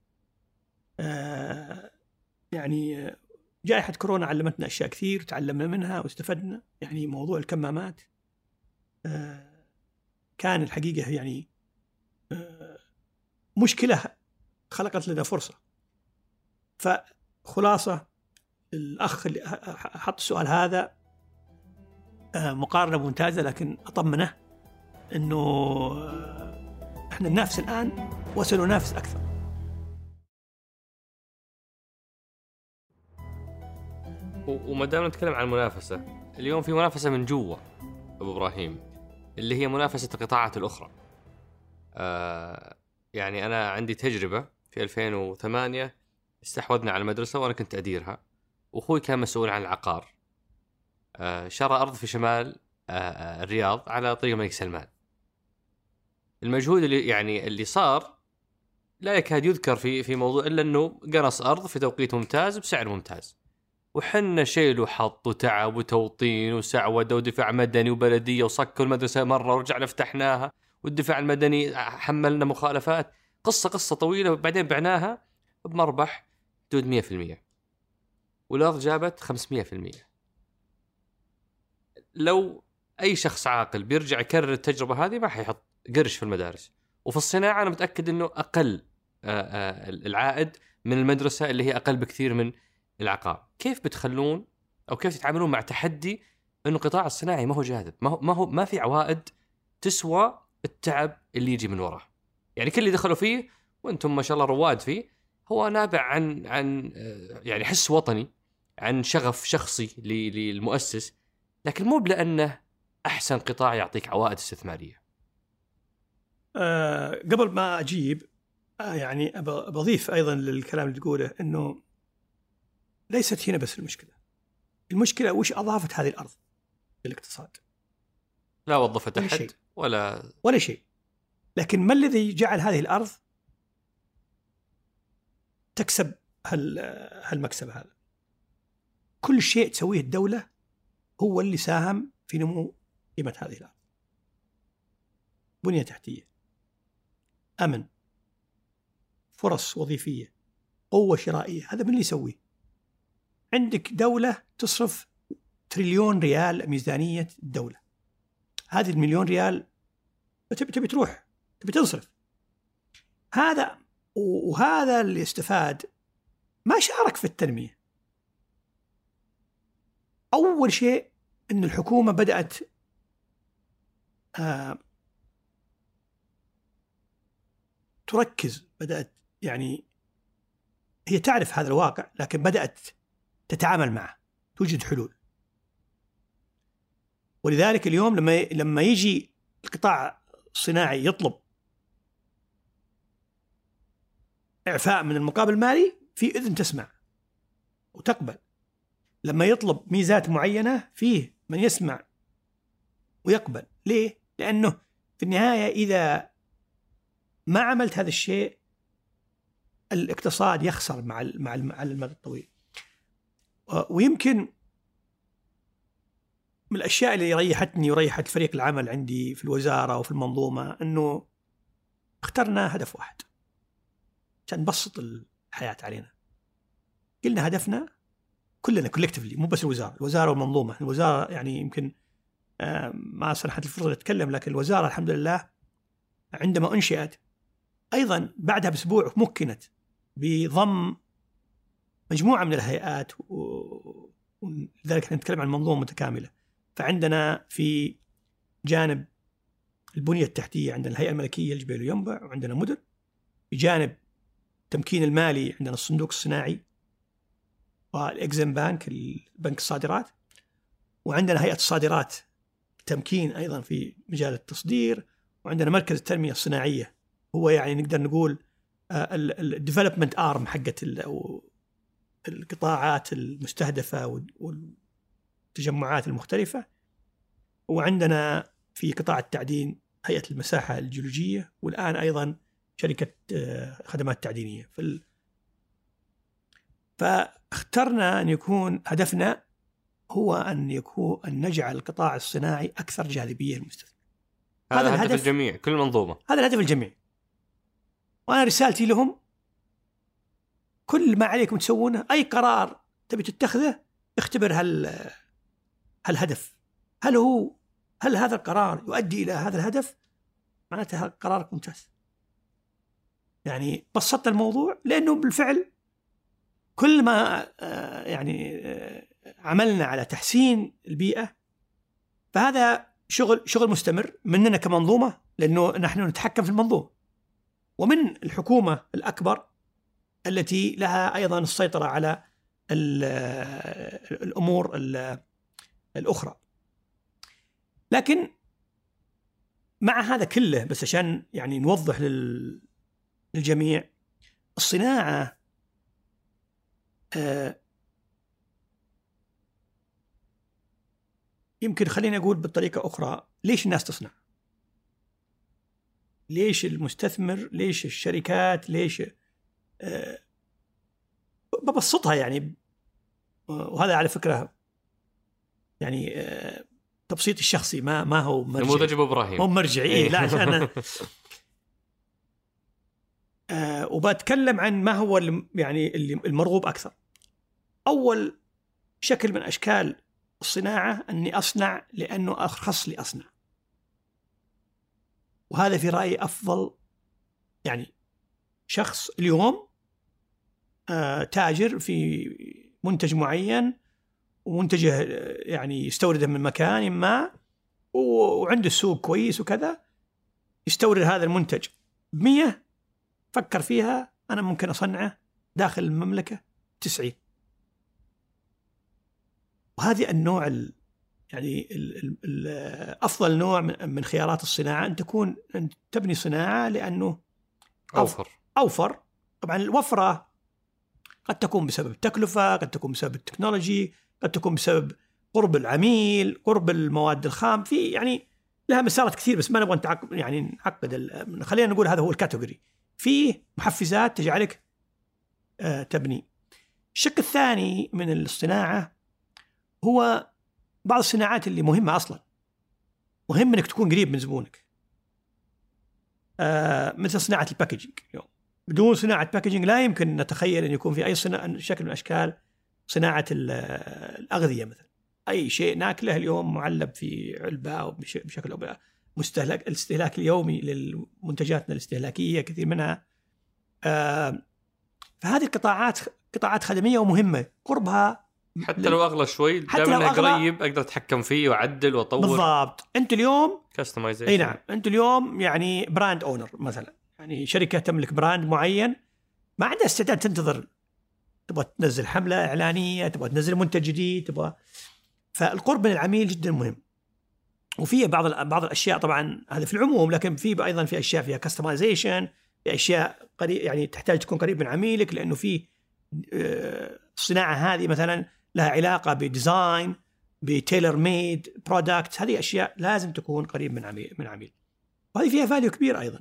يعني جائحة كورونا علمتنا أشياء كثير وتعلمنا منها واستفدنا. يعني موضوع الكمامات كان الحقيقة يعني مشكلة خلقت لنا فرصة. فخلاصة الأخ اللي حط السؤال هذا مقارنة ممتازة، لكن أطمنه أنه إحنا ننافس الآن وسننافس أكثر. وما دام نتكلم عن المنافسة، اليوم في منافسة من جوا أبو إبراهيم، اللي هي منافسة القطاعات الأخرى. يعني أنا عندي تجربة في 2008 استحوذنا على المدرسة وأنا كنت أديرها، وأخوي كان مسؤول عن العقار. شرى أرض في شمال الرياض على طريق الملك سلمان. المجهود اللي صار لا يكاد يذكر في موضوع إلا أنه قنص أرض في توقيت ممتاز بسعر ممتاز، وحنا شيل وحط وتعب وتوطين وسعودة ودفاع مدني وبلدية، وصكوا المدرسة مرة ورجعنا فتحناها، والدفاع المدني حملنا مخالفات. قصة طويلة، وبعدين بعناها بمربح حدود 100%، والأرض جابت 500%. لو أي شخص عاقل بيرجع يكرر التجربة هذه ما حيحط قرش في المدارس. وفي الصناعة أنا متأكد أنه أقل العائد من المدرسة اللي هي أقل بكثير من العقار. كيف بتخلون أو كيف تتعاملون مع تحدي أنه القطاع الصناعي ما هو جاذب، ما في عوائد تسوى التعب اللي يجي من وراه؟ يعني كل اللي دخلوا فيه وأنتم ما شاء الله رواد فيه هو نابع عن يعني حس وطني، عن شغف شخصي للمؤسس، لكن مو لأنه أحسن قطاع يعطيك عوائد استثمارية. قبل ما أجيب يعني بضيف أيضا للكلام اللي تقوله أنه ليست هنا بس المشكلة وش أضافت هذه الأرض للاقتصاد؟ لا وظفت أحد ولا شيء. لكن ما الذي جعل هذه الأرض تكسب هالمكسب هذا؟ كل شيء تسويه الدولة هو اللي ساهم في نمو قيمة هذه الأرض. بنية تحتية، أمن، فرص وظيفية، قوة شرائية، هذا من اللي يسويه؟ عندك دولة تصرف تريليون ريال ميزانية الدولة، هذه المليون ريال تبي تروح تبي تصرف. وهذا اللي استفاد ما شارك في التنمية. أول شيء أن الحكومة بدأت تركز، بدأت يعني هي تعرف هذا الواقع لكن بدأت تتعامل معه، توجد حلول. ولذلك اليوم لما يجي القطاع الصناعي يطلب إعفاء من المقابل المالي، في إذن تسمع وتقبل. لما يطلب ميزات معينة فيه من يسمع ويقبل. ليه؟ لأنه في النهاية إذا ما عملت هذا الشيء الاقتصاد يخسر مع المدى الطويل. ويمكن من الأشياء اللي ريحتني وريحت فريق العمل عندي في الوزارة وفي المنظومة أنه اخترنا هدف واحد عشان نبسط الحياة علينا. قلنا هدفنا كلنا كولكتيفلي، مو بس الوزارة والمنظومة. الوزارة يعني يمكن ما سنحت الفرصة نتكلم، لكن الوزارة الحمد لله عندما أنشئت أيضا بعدها بأسبوع مكنت بضم مجموعة من الهيئات، ولذلك نتكلم عن منظومة متكاملة. فعندنا في جانب البنية التحتية عندنا الهيئة الملكية الجبيل وينبع، وعندنا مدن. بجانب التمكين المالي عندنا الصندوق الصناعي والإكزيم بانك، البنك الصادرات، وعندنا هيئة الصادرات تمكين أيضا في مجال التصدير، وعندنا مركز التنمية الصناعية، هو يعني نقدر نقول الديفلوبمنت آرم حقت القطاعات المستهدفة والتجمعات المختلفة. وعندنا في قطاع التعدين هيئة المساحة الجيولوجية، والآن أيضا شركة خدمات تعدينية. فاخترنا أن يكون هدفنا هو أن نجعل القطاع الصناعي أكثر جاذبية للمستثمر. هذا الهدف الجميع، كل منظومة، هذا الهدف الجميع. وأنا رسالتي لهم كل ما عليكم تسوونه أي قرار تبي تتخذه اختبر هالهدف، هل هذا القرار يؤدي إلى هذا الهدف؟ معناتها قرارك ممتاز. يعني بسطت الموضوع، لأنه بالفعل كل ما يعني عملنا على تحسين البيئة فهذا شغل مستمر مننا كمنظومة، لأنه نحن نتحكم في المنظومة، ومن الحكومة الأكبر التي لها أيضا السيطرة على الأمور الأخرى. لكن مع هذا كله، بس عشان يعني نوضح للجميع، الصناعة يمكن خليني أقول بطريقة أخرى، ليش الناس تصنع؟ ليش المستثمر؟ ليش الشركات؟ ليش ببسطها يعني، وهذا على فكرة يعني تبسيط الشخصي، ما هو مرجعي، نموذج أبو إبراهيم، مو مرجعي. لا عشان وبتكلم عن ما هو يعني اللي المرغوب أكثر. أول شكل من أشكال الصناعة أني أصنع لأنه أرخص لي أصنع، وهذا في رأيي أفضل. يعني شخص اليوم تاجر في منتج معين ومنتجه يعني يستورده من مكان ما وعنده السوق كويس وكذا، يستورد هذا المنتج ب100، فكر فيها أنا ممكن أصنعه داخل المملكة 90. وهذه النوع يعني أفضل نوع من خيارات الصناعة، أن تبني صناعة لأنه أوفر. طبعا الوفرة قد تكون بسبب التكلفة، قد تكون بسبب التكنولوجي، قد تكون بسبب قرب العميل، قرب المواد الخام، في يعني لها مسارات كثير، بس ما نبغى نعقد خلينا نقول هذا هو الكاتيجوري. فيه محفزات تجعلك تبني. الشق الثاني من الصناعة هو بعض الصناعات اللي مهمة أصلا، مهم أنك تكون قريب من زبونك، مثل صناعة الباكجينج. اليوم بدون صناعة باكجينج لا يمكن نتخيل أن يكون في أي شكل من أشكال صناعة الأغذية مثلا. أي شيء ناكله اليوم معلب في علبة أو بشكل أو الاستهلاك اليومي للمنتجاتنا الاستهلاكية كثير منها. فهذه قطاعات خدمية ومهمة، قربها حتى لو أغلى شوي دائما قريب أقدر أتحكم فيه وأعدل وأطور. بالضبط. أنت اليوم كاستمايزيشن. أي نعم، أنت اليوم يعني براند أونر مثلا، يعني شركة تملك براند معين، ما عندها استعداد تنتظر، تبغى تنزل حملة إعلانية، تبغى تنزل منتج جديد، فالقرب من العميل جدا مهم. وفي بعض الأشياء طبعا هذا في العموم، لكن في أيضا في أشياء فيها كاستمايزيشن، في أشياء يعني تحتاج تكون قريب من عميلك، لأنه في الصناعة هذه مثلا لها علاقة بديزاين، بتيلر ميد برودكت، هذه أشياء لازم تكون قريب من عميل، وهذه فيها فاليو كبير أيضا.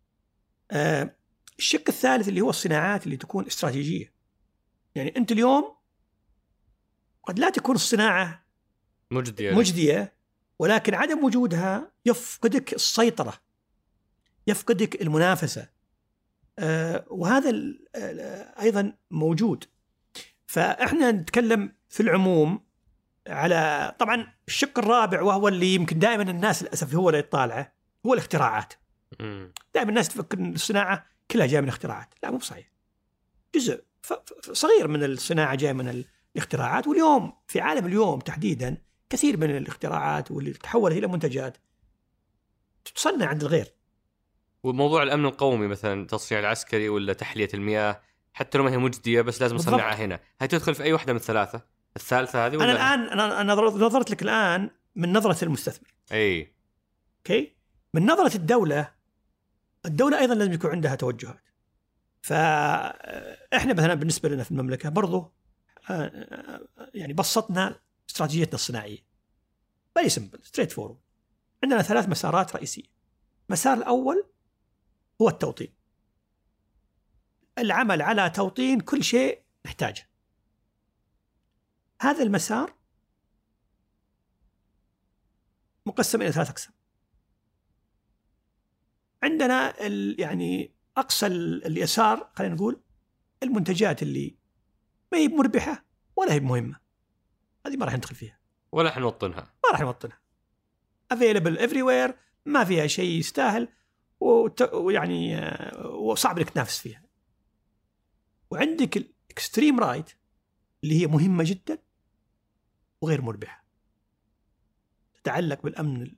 الشق الثالث اللي هو الصناعات اللي تكون استراتيجية. يعني أنت اليوم قد لا تكون الصناعة مجدية، ولكن عدم وجودها يفقدك السيطرة، يفقدك المنافسة، وهذا أيضا موجود. فإحنا نتكلم في العموم على طبعا الشق الرابع، وهو اللي يمكن دائما الناس للأسف هو اللي يطالعه، هو الاختراعات. دائما الناس تفكر أن الصناعة كلها جاية من الاختراعات، لا مو بصحيح. جزء صغير من الصناعة جاي من الاختراعات، واليوم في عالم اليوم تحديدا كثير من الاختراعات واللي تحول إلى منتجات تصنع عند الغير. وموضوع الأمن القومي مثلا، تصنيع العسكري ولا تحلية المياه، حتى لو ما هي مجدية بس لازم نصنعها هنا، هي تدخل في أي واحدة من الثالثة هذه ولا؟ أنا نظرت لك الآن من نظرة المستثمر. أوكي. من نظرة الدولة أيضا لازم يكون عندها توجهات. فإحنا مثلا بالنسبة لنا في المملكة برضو يعني بسطنا استراتيجيتنا الصناعية very simple straight forward. عندنا 3 مسارات رئيسية. المسار الأول هو التوطين، العمل على توطين كل شيء نحتاجه. هذا المسار مقسم إلى 3 أقسام. عندنا يعني أقصى اليسار، خلينا نقول المنتجات اللي ما هي مربحة ولا هي مهمة، هذه ما راح ندخل فيها ولا حنوطنها، ما راح نوطنها. available everywhere، ما فيها شيء يستاهل، ويعني وصعب انك تنافس فيها. وعندك الاكستريم رايت اللي هي مهمة جدا وغير مربحة، تتعلق بالأمن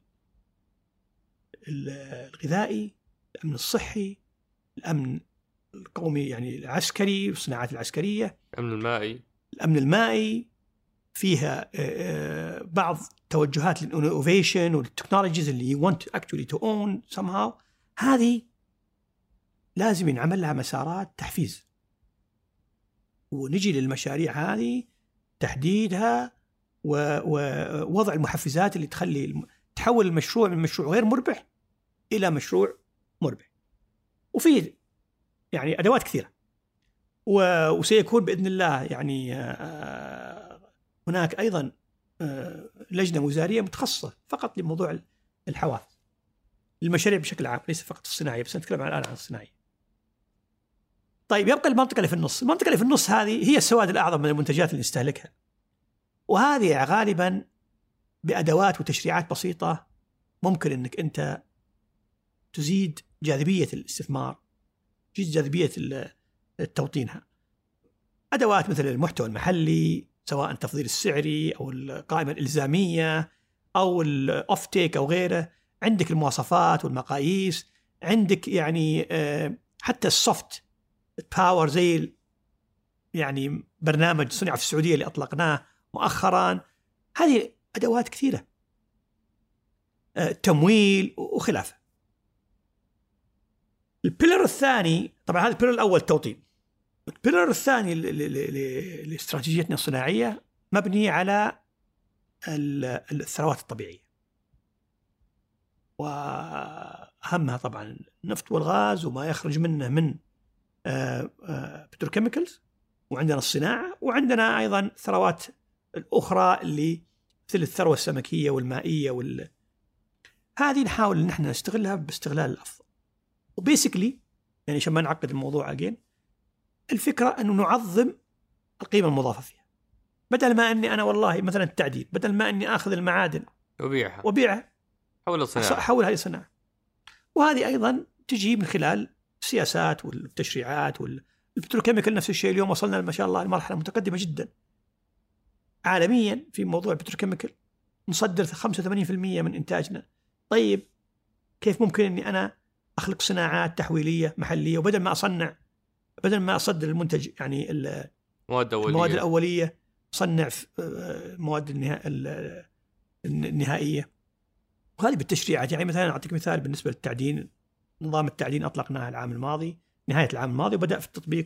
الغذائي، الأمن الصحي، الأمن القومي يعني العسكري والصناعات العسكرية، الأمن المائي، فيها بعض توجهات للإنوفيشن والتكنولوجيز اللي you want actually to own somehow. هذه لازم ينعمل لها مسارات تحفيز، ونجي للمشاريع هذه تحديدها ووضع المحفزات اللي تحول المشروع من مشروع غير مربح إلى مشروع مربح. وفي يعني أدوات كثيرة، وسيكون بإذن الله يعني هناك أيضا لجنة وزارية متخصصة فقط لموضوع الحواف، المشاريع بشكل عام، ليس فقط الصناعية، بس نتكلم الآن عن الصناعية. طيب يبقى المنطقة اللي في النص. المنطقة اللي في النص هذه هي السواد الأعظم من المنتجات اللي نستهلكها، وهذه غالبا بأدوات وتشريعات بسيطة ممكن أنك أنت تزيد جاذبية الاستثمار، تزيد جاذبية التوطينها. أدوات مثل المحتوى المحلي، سواء التفضيل السعري أو القائمة الإلزامية أو الأوف تيك أو غيره. عندك المواصفات والمقاييس، عندك يعني حتى السوفت باور زي يعني برنامج صنع في السعودية اللي أطلقناه مؤخرا. هذه أدوات كثيرة، تمويل وخلافه. البيلر الثاني، طبعا هذا البيلر الأول توطين. البيلر الثاني لاستراتيجيتنا الصناعية مبني على الثروات الطبيعية، وأهمها طبعا النفط والغاز وما يخرج منه من بتروكيميكالز، وعندنا الصناعة، وعندنا أيضا الثروات الأخرى اللي مثل الثروة السمكية والمائية هذه نحاول إن احنا نستغلها باستغلال الأفضل. وبيسكلي يعني عشان ما نعقد الموضوع أجين، الفكرة أنه نعظم القيمة المضافة فيها، بدل ما أني أنا والله مثلا التعدين، بدل ما أني أخذ المعادن وبيعها حولها إلى صناعة. وهذه أيضا تجي من خلال السياسات والتشريعات البتروكيميكال. نفس الشيء اليوم وصلنا ما شاء الله لمرحلة متقدمة جدا عالميا في موضوع البتروكيميكال، نصدر 85% من إنتاجنا. طيب كيف ممكن أني أنا أخلق صناعات تحويلية محلية، وبدل ما أصدر المنتج يعني المواد الأولية، أصنع مواد النهائية. وهذه بالتشريعات. يعني مثلا أعطيك مثال بالنسبة للتعدين، نظام التعدين أطلقناه العام الماضي، نهاية العام الماضي، وبدأ في التطبيق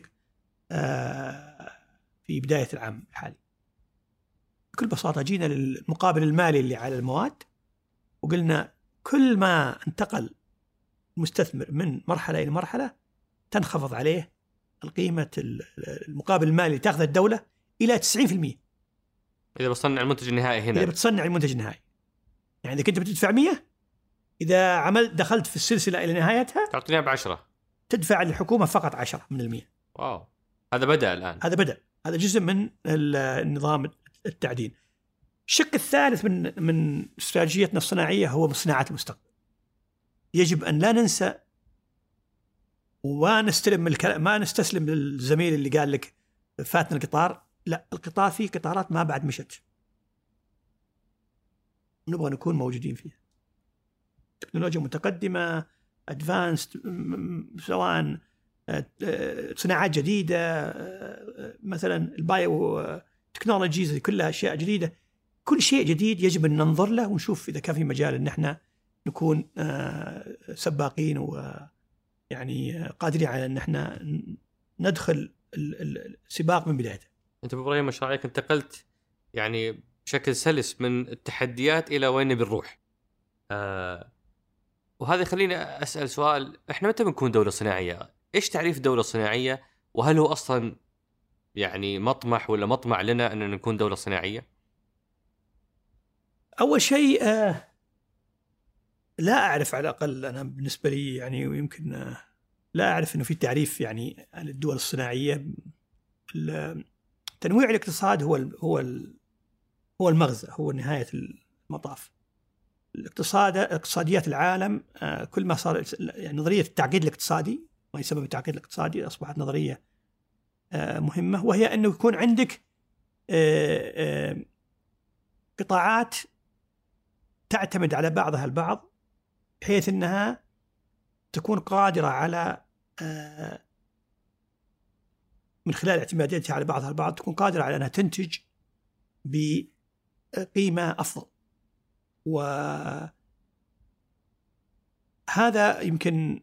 في بداية العام الحالي. بكل بساطة جينا للمقابل المالي اللي على المواد، وقلنا كل ما انتقل المستثمر من مرحلة إلى مرحلة تنخفض عليه القيمة المقابل المالي اللي تأخذ الدولة إلى 90%. إذا بتصنع المنتج النهائي هنا، إذا بتصنع المنتج النهائي، يعني إذا كنت بتدفع 100، إذا دخلت في السلسلة إلى نهايتها تعطينيها ب10، تدفع للحكومة فقط 10 من 100. واو، هذا بدأ الآن. هذا جزء من النظام التعدين. الشق الثالث من استراتيجيتنا الصناعية هو صناعة المستقبل. يجب أن لا ننسى وما ما نستسلم للزميل اللي قال لك فاتنا القطار. لا، القطار فيه قطارات ما بعد مشت، نبغى نكون موجودين فيها. تكنولوجيا متقدمة أدفانسد، سواء صناعات جديدة، مثلا البايو تكنولوجيز، كلها أشياء جديدة. كل شيء جديد يجب أن ننظر له ونشوف إذا كان في مجال أن احنا نكون سباقين ويعني قادرين على أن احنا ندخل السباق من بدايته. أنت بإبراهيم ما شاء الله عليك انتقلت يعني بشكل سلس من التحديات إلى وين بنروح. وهذا خليني أسأل سؤال، إحنا متى بنكون دولة صناعية؟ إيش تعريف دولة صناعية؟ وهل هو أصلا يعني مطمح ولا مطمع لنا أن نكون دولة صناعية؟ أول شيء لا أعرف، على الأقل أنا بالنسبة لي يعني، ويمكن لا أعرف أنه في تعريف يعني للدول الصناعية. تنويع الاقتصاد هو المغزى، هو نهاية المطاف. اقتصاديات العالم كل ما صار يعني نظرية التعقيد الاقتصادي، ما يسمى بالتعقيد الاقتصادي، أصبحت نظرية مهمة، وهي أنه يكون عندك قطاعات تعتمد على بعضها البعض، بحيث أنها تكون قادرة على من خلال اعتماداتها على بعضها البعض تكون قادرة على أنها تنتج بقيمة أفضل. وهذا يمكن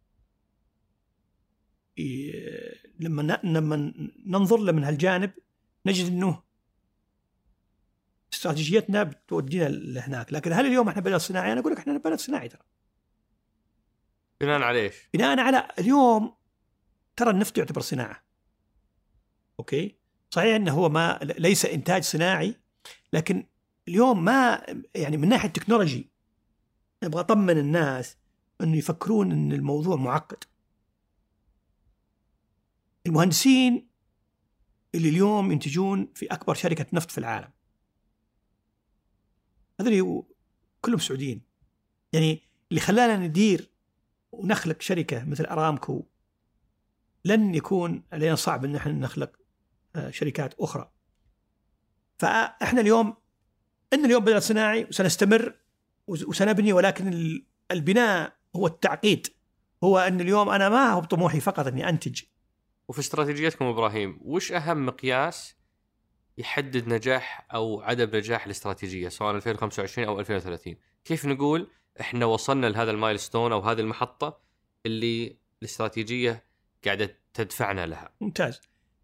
لما ننظر له من هالجانب نجد أنه استراتيجيتنا بتودينا لهناك. لكن هل اليوم احنا بلد صناعي؟ أنا أقول لك احنا بلد صناعي ترى. بناء على ايش؟ بناء على اليوم ترى النفط يعتبر صناعة. اوكي، صحيح انه هو ما ليس انتاج صناعي، لكن اليوم ما يعني من ناحية التكنولوجي ابغى اطمن الناس انه يفكرون ان الموضوع معقد. المهندسين اللي اليوم ينتجون في اكبر شركة نفط في العالم هذول كلهم سعوديين. يعني اللي خلانا ندير ونخلق شركة مثل أرامكو لن يكون علينا صعب أن احنا نخلق شركات أخرى. فإحنا اليوم بدأ صناعي وسنستمر وسنبني، ولكن البناء هو التعقيد، هو أن اليوم أنا ما هو طموحي فقط أني أنتج. وفي استراتيجيتكم إبراهيم وش أهم مقياس يحدد نجاح أو عدم نجاح الاستراتيجية سواء 2025 أو 2030؟ كيف نقول إحنا وصلنا لهذا المايلستون أو هذه المحطة اللي الاستراتيجية قاعدة تدفعنا لها؟ ممتاز.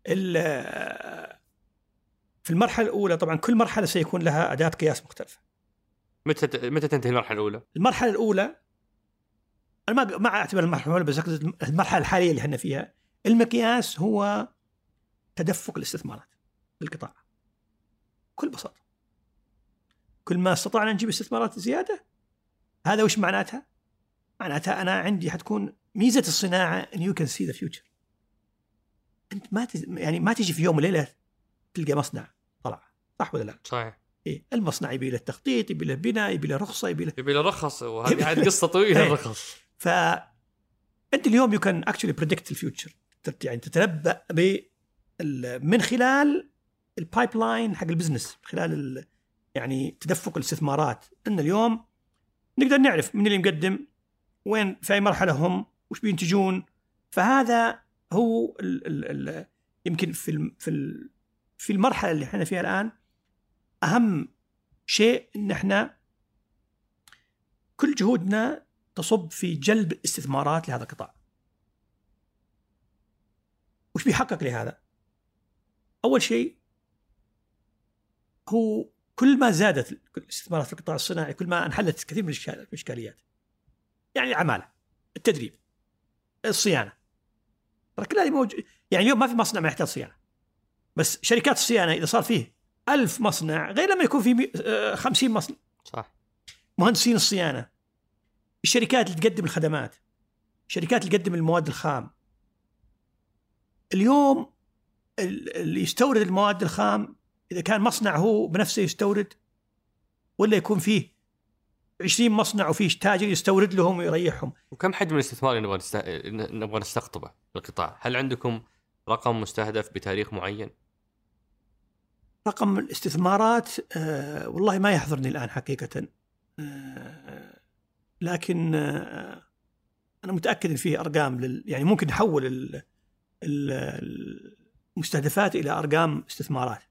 في المرحلة الأولى طبعا كل مرحلة سيكون لها أداة قياس مختلفة. متى تنتهي المرحلة الأولى؟ المرحلة الأولى أنا ما أعتبر المرحلة الأولى، بس المرحلة الحالية اللي احنا فيها المقياس هو تدفق الاستثمارات في القطاع بكل بساطة. كل ما استطعنا نجيب استثمارات زيادة، هذا وش معناتها؟ معناتها أنا عندي حتكون ميزة الصناعة إن you can see the future. أنت ما تجي في يوم وليلة تلقى مصنع طلع، صح ولا لا؟ صحيح. إيه، المصنع يبي له تخطيط، يبي له بناء، يبي له رخصة، يبي له رخص، وهذه عاد قصة طويلة الرخص. فأنت اليوم you can actually predict the future، يعني تتنبأ من خلال البايب لاين حق البزنس، خلال يعني تدفق الاستثمارات. أن اليوم نقدر نعرف من اللي مقدم، وين في أي مرحلة هم، وش بينتجون. فهذا هو يمكن في المرحلة اللي احنا فيها الآن أهم شيء إن احنا كل جهودنا تصب في جلب استثمارات لهذا القطاع. وش بيحقق لهذا؟ أول شيء هو كل ما زادت الاستثمارات في القطاع الصناعي كل ما انحلت كثير من الإشكاليات. يعني العمالة، التدريب، الصيانة، كلها موجود. يعني اليوم ما في مصنع ما يحتاج صيانة، بس شركات الصيانة إذا صار فيه 1000 مصنع غير لما يكون فيه 50 مصنع. صح. مهندسين الصيانة، الشركات اللي تقدم الخدمات، الشركات اللي تقدم المواد الخام. اليوم اللي يستورد المواد الخام إذا كان مصنع هو بنفسه يستورد، ولا يكون فيه 20 مصنع وفيه تاجر يستورد لهم ويريحهم. وكم حجم الاستثمار نبغى نستقطبه في القطاع؟ هل عندكم رقم مستهدف بتاريخ معين؟ رقم الاستثمارات والله ما يحضرني الآن حقيقة، لكن أنا متأكد إن فيه أرقام يعني ممكن نحول المستهدفات إلى أرقام استثمارات.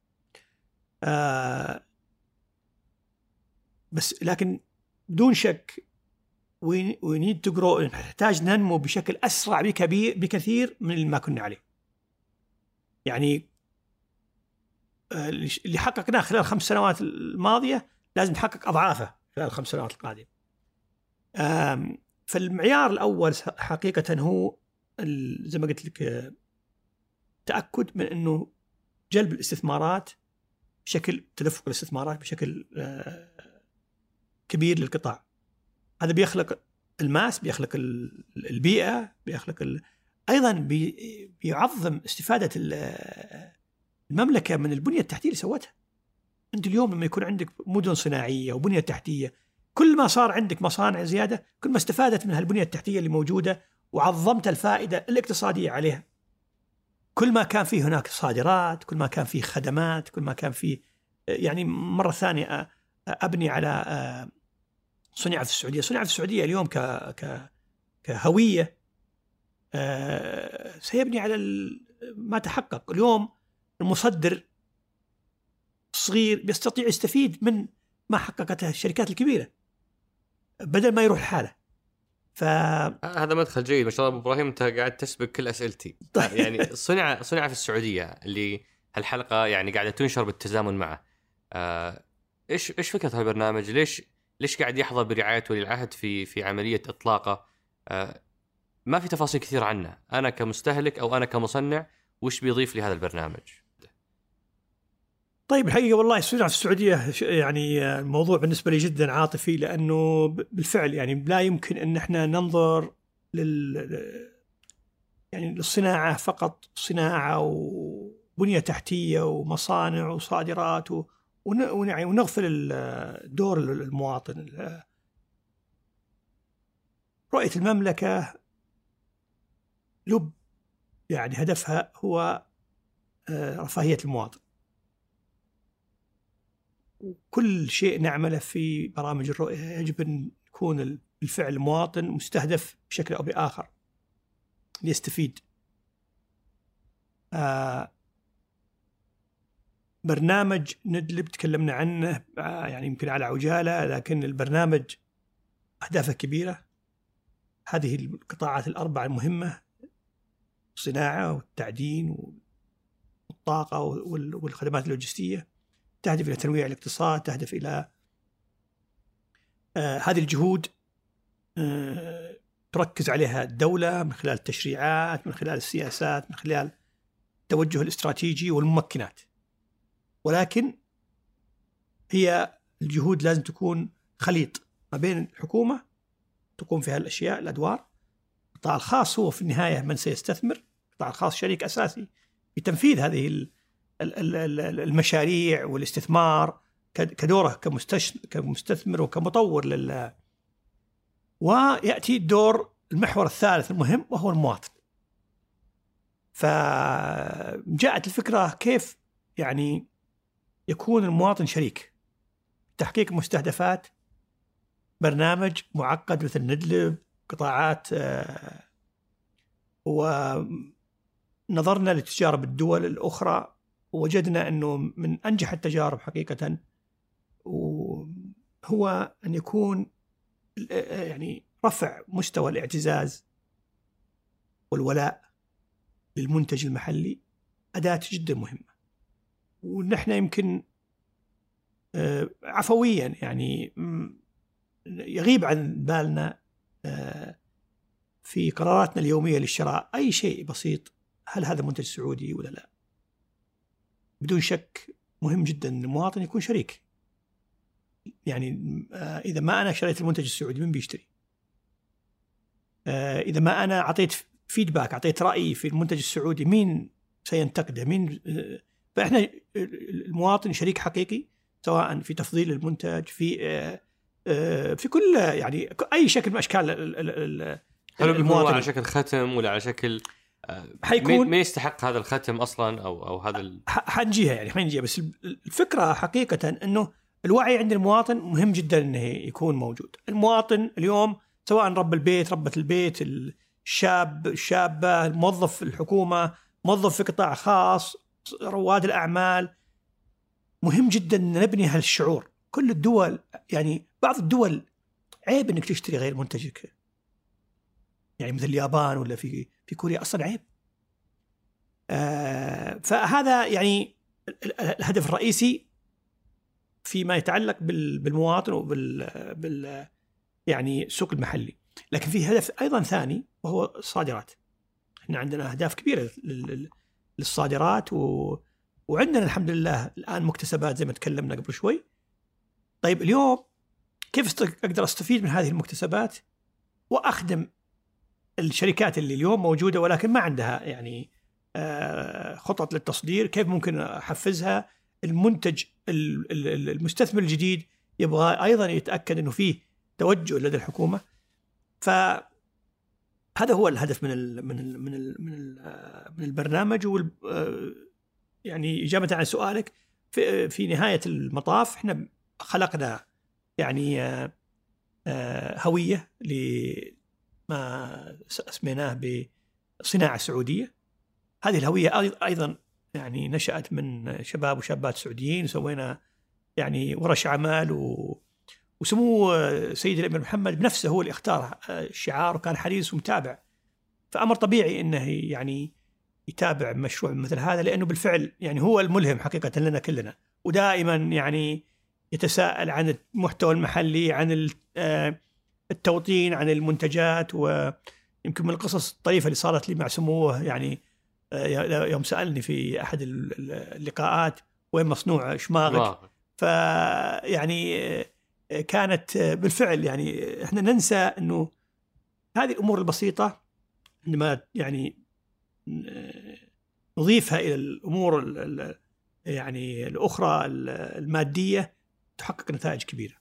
بس لكن بدون شك we need to grow، نحتاج ننمو بشكل أسرع بكثير من اللي ما كنا عليه. يعني اللي حققناه خلال 5 سنوات الماضية لازم نحقق أضعافه خلال 5 سنوات القادمة. فالمعيار الأول حقيقة هو زي ما قلت لك تأكد من أنه جلب الاستثمارات بشكل تدفق الاستثمارات بشكل كبير للقطاع. هذا بيخلق الماس، بيخلق البيئة، بيخلق أيضا بيعظم استفادة المملكة من البنية التحتية اللي سوتها. أنت اليوم لما يكون عندك مدن صناعية وبنية تحتية، كل ما صار عندك مصانع زيادة كل ما استفادت من هالبنية التحتية اللي موجودة وعظمت الفائدة الاقتصادية عليها. كل ما كان فيه هناك صادرات، كل ما كان فيه خدمات، كل ما كان فيه يعني مرة ثانية أبني على صنع في السعودية. صنع في السعودية اليوم كهوية سيبني على ما تحقق. اليوم المصدر الصغير بيستطيع يستفيد من ما حققته الشركات الكبيرة بدل ما يروح الحالة. هذا مدخل جيد ما شاء الله. ابو ابراهيم انت قاعد تسبق كل اسئلتي. يعني صنع في السعوديه اللي هالحلقه يعني قاعده تنشر بالتزامن معه. ايش فكره هالبرنامج؟ ليش قاعد يحظى برعايه ولي العهد في عمليه اطلاقه؟ ما في تفاصيل كثير عنه. انا كمستهلك او انا كمصنع وش بيضيف لي هذا البرنامج؟ طيب الحقيقة والله الصناعة في السعودية يعني الموضوع بالنسبة لي جدا عاطفي، لأنه بالفعل يعني لا يمكن أن احنا ننظر يعني للصناعة فقط صناعة وبنية تحتية ومصانع وصادرات ونغفل دور المواطن. رؤية المملكة يعني هدفها هو رفاهية المواطن، وكل شيء نعمله في برامج الرؤية يجب أن يكون بالفعل المواطن مستهدف بشكل أو بآخر ليستفيد. برنامج ندلب تكلمنا عنه يعني يمكن على عجالة، لكن البرنامج أهدافه كبيرة. هذه القطاعات الأربعة المهمة: الصناعة والتعدين والطاقة والخدمات اللوجستية، تهدف إلى تنويع الاقتصاد، تهدف إلى هذه الجهود تركز عليها الدولة من خلال التشريعات، من خلال السياسات، من خلال التوجه الاستراتيجي والممكنات. ولكن هي الجهود لازم تكون خليط ما بين الحكومة تقوم في هالأشياء الأدوار، القطاع الخاص هو في النهاية من سيستثمر، القطاع الخاص شريك أساسي في تنفيذ هذه المشاريع والاستثمار كدوره كمستثمر وكمطور ويأتي الدور المحور الثالث المهم وهو المواطن. فجاءت الفكرة كيف يعني يكون المواطن شريك تحقيق مستهدفات برنامج معقد مثل ندلب قطاعات. ونظرنا لتجارب الدول الأخرى ووجدنا أنه من أنجح التجارب حقيقة هو أن يكون يعني رفع مستوى الاعتزاز والولاء للمنتج المحلي أداة جدا مهمة. ونحن يمكن عفويا يعني يغيب عن بالنا في قراراتنا اليومية للشراء أي شيء بسيط، هل هذا منتج سعودي ولا لا؟ بدون شك مهم جدا أن المواطن يكون شريك. يعني إذا ما أنا شريت المنتج السعودي من بيشتري؟ إذا ما أنا أعطيت فيدباك، أعطيت رأيي في المنتج السعودي، مين سينتقده؟ مين؟ فإحنا المواطن شريك حقيقي سواء في تفضيل المنتج في كل يعني أي شكل من أشكال المواطن، على شكل ختم ولا على شكل حيكون مين يستحق هذا الختم أصلا أو هذا حنجيها. بس الفكرة حقيقة أنه الوعي عند المواطن مهم جدا أنه يكون موجود. المواطن اليوم سواء رب البيت، ربة البيت، الشابة، الموظف في الحكومة، موظف في قطاع خاص، رواد الأعمال، مهم جدا أن نبني هالشعور. كل الدول يعني بعض الدول عيب أنك تشتري غير منتجك، يعني مثل اليابان ولا في كوريا أصلا عيب. فهذا يعني الهدف الرئيسي فيما يتعلق بالمواطن وبال يعني السوق المحلي. لكن في هدف أيضا ثاني وهو الصادرات. احنا عندنا أهداف كبيرة للصادرات وعندنا الحمد لله الآن مكتسبات زي ما تكلمنا قبل شوي. طيب اليوم كيف أقدر أستفيد من هذه المكتسبات وأخدم الشركات اللي اليوم موجودة ولكن ما عندها يعني خطط للتصدير؟ كيف ممكن أحفزها؟ المنتج المستثمر الجديد يبغى أيضا يتأكد أنه فيه توجه لدى الحكومة. فهذا هو الهدف من البرنامج. يعني إجابة عن سؤالك، في نهاية المطاف احنا خلقنا يعني هوية لما اسميناه بالصناعة السعودية. هذه الهوية أيضا يعني نشأت من شباب وشابات سعوديين، وسوينا يعني ورش عمل وسمو سيد الأمير محمد بنفسه هو اللي اختار الشعار وكان حريص ومتابع. فأمر طبيعي إنه يعني يتابع مشروع مثل هذا، لأنه بالفعل يعني هو الملهم حقيقة لنا كلنا، ودائما يعني يتساءل عن المحتوى المحلي، عن التوطين، عن المنتجات. ويمكن من القصص الطريفة اللي صارت لي مع سموه يعني يوم سألني في أحد اللقاءات وين مصنوع شماغك، فيعني كانت بالفعل يعني احنا ننسى انه هذه الامور البسيطه عندما يعني نضيفها الى الامور يعني الأخرى المادية تحقق نتائج كبيرة.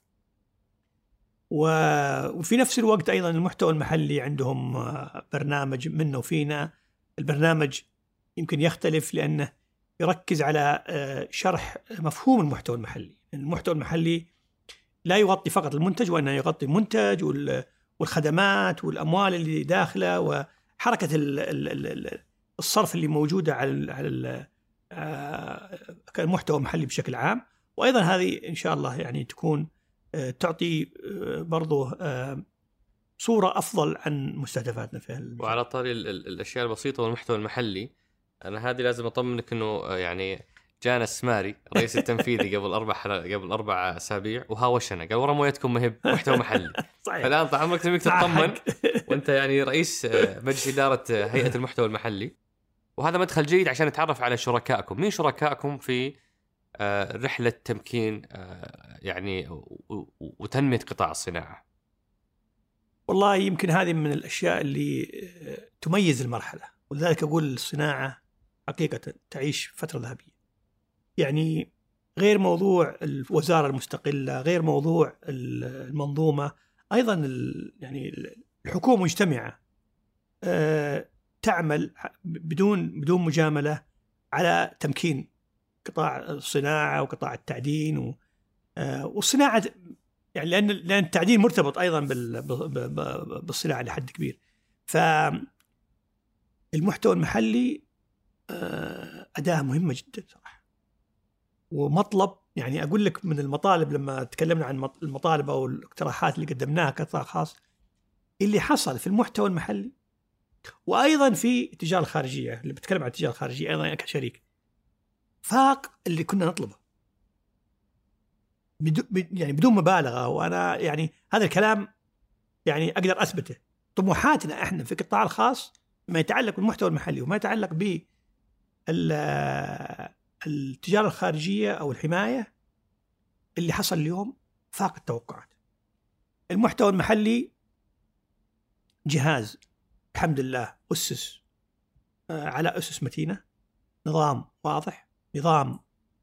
وفي نفس الوقت أيضا المحتوى المحلي عندهم برنامج منا وفينا. البرنامج يمكن يختلف لأنه يركز على شرح مفهوم المحتوى المحلي. المحتوى المحلي لا يغطي فقط المنتج، وإنه يغطي المنتج والخدمات والأموال اللي داخله وحركة الصرف اللي موجودة على المحتوى المحلي بشكل عام. وأيضا هذه إن شاء الله يعني تكون تعطي برضو صورة أفضل عن مستهدفاتنا في المجال. وعلى طاري الأشياء البسيطة والمحتوى المحلي، أنا هذه لازم أطمنك إنه يعني جانا السماري رئيس التنفيذي قبل 4 أسابيع وهاوشنا قال ورا مويتكم مهب محتوى محلي. صحيح. فالآن طال عمرك تبيك تطمن وأنت يعني رئيس مجلس إدارة هيئة المحتوى المحلي، وهذا مدخل جيد عشان نتعرف على شركائكم. مين شركائكم في رحلة تمكين يعني وتنمية قطاع الصناعة؟ والله يمكن هذه من الأشياء اللي تميز المرحلة، ولذلك أقول الصناعة حقيقة تعيش فترة ذهبية. يعني غير موضوع الوزارة المستقلة، غير موضوع المنظومة، أيضا يعني الحكومة مجتمعة تعمل بدون مجاملة على تمكين قطاع الصناعة وقطاع التعدين والصناعة، يعني لأن التعدين مرتبط أيضا بالصناعة لحد كبير. فالمحتوى المحلي أداة مهمة جدا صراحة ومطلب. يعني أقول لك من المطالب لما تكلمنا عن المطالب أو الاقتراحات اللي قدمناها كقطاع خاص، اللي حصل في المحتوى المحلي وأيضا في التجارة الخارجية، اللي بتكلم عن التجارة الخارجية أيضا كشريك، فاق اللي كنا نطلبه يعني بدون مبالغة. وأنا يعني هذا الكلام يعني أقدر أثبته. طموحاتنا إحنا في القطاع الخاص ما يتعلق بالمحتوى المحلي وما يتعلق بالتجارة الخارجية أو الحماية، اللي حصل اليوم فاق التوقعات. المحتوى المحلي جهاز الحمد لله أسس على أسس متينة، نظام واضح، نظام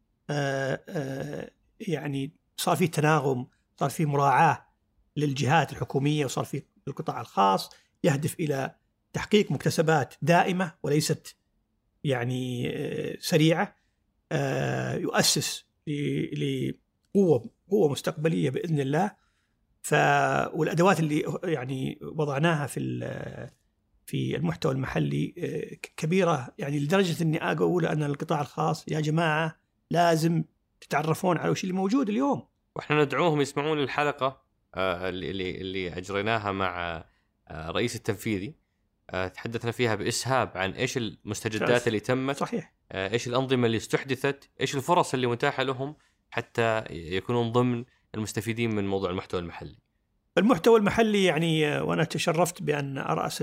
يعني صار فيه تناغم، صار فيه مراعاة للجهات الحكومية، وصار فيه القطاع الخاص يهدف إلى تحقيق مكتسبات دائمة وليست يعني سريعة، يؤسس لقوة مستقبلية بإذن الله. والأدوات اللي يعني وضعناها في المحتوى المحلي كبيرة، يعني لدرجة أني أقول أن القطاع الخاص يا جماعة لازم تتعرفون على وش اللي موجود اليوم. وإحنا ندعوهم يسمعون الحلقة اللي أجريناها مع رئيس التنفيذي، تحدثنا فيها بإسهاب عن إيش المستجدات اللي تمت. صحيح. إيش الأنظمة اللي استحدثت، إيش الفرص اللي متاحة لهم حتى يكونون ضمن المستفيدين من موضوع المحتوى المحلي. المحتوى المحلي يعني، وأنا تشرفت بأن أرأس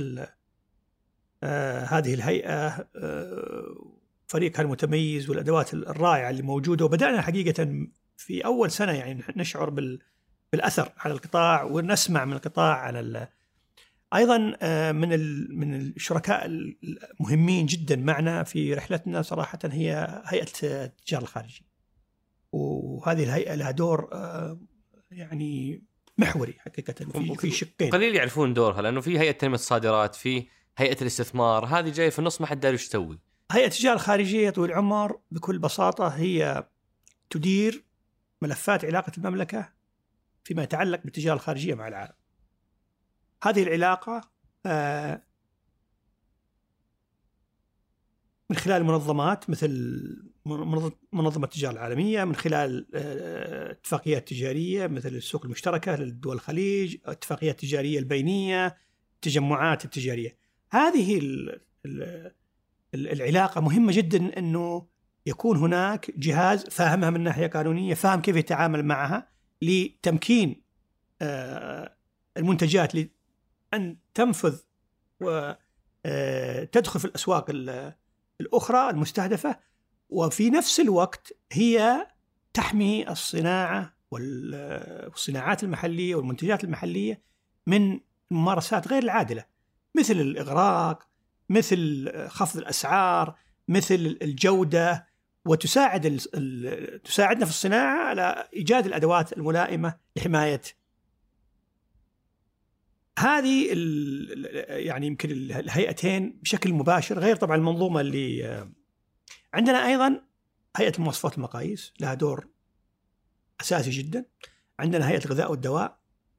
هذه الهيئة، فريقها المتميز والأدوات الرائعة اللي موجودة. وبدأنا حقيقة في أول سنة يعني نشعر بالأثر على القطاع، ونسمع من القطاع على أيضا من الشركاء المهمين جدا معنا في رحلتنا صراحة هي هيئة التجارة الخارجية. وهذه الهيئة لها دور يعني محوري حقيقة في شقين. قليل يعرفون دورها، لأنه في هيئة تنمية الصادرات، في هيئة الاستثمار، هذه جاية في النص ما حد داري وش تسوي. هيئة التجارة الخارجية طويل العمر بكل بساطة هي تدير ملفات علاقة المملكة فيما يتعلق بالتجارة الخارجية مع العالم. هذه العلاقة من خلال منظمات مثل منظمة التجارة العالمية، من خلال اتفاقيات تجارية مثل السوق المشتركة للدول الخليج، اتفاقيات تجارية البينية، التجمعات التجارية. هذه العلاقة مهمة جدا، أنه يكون هناك جهاز فاهمها من ناحية قانونية، فاهم كيف يتعامل معها لتمكين المنتجات أن تنفذ وتدخل في الأسواق الأخرى المستهدفة، وفي نفس الوقت هي تحمي الصناعة والصناعات المحلية والمنتجات المحلية من ممارسات غير العادلة، مثل الإغراق، مثل خفض الأسعار، مثل الجودة، تساعدنا في الصناعة على إيجاد الأدوات الملائمة لحماية هذه يعني يمكن الهيئتين بشكل مباشر، غير طبعا المنظومة اللي عندنا. أيضا هيئة المواصفات والمقاييس لها دور أساسي جدا. عندنا هيئة الغذاء والدواء.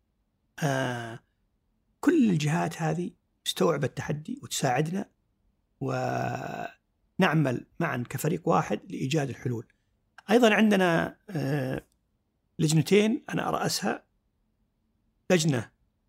كل الجهات هذه تستوعب التحدي وتساعدنا، ونعمل معا كفريق واحد لإيجاد الحلول. أيضا عندنا لجنتين أنا أرأسها، لجنة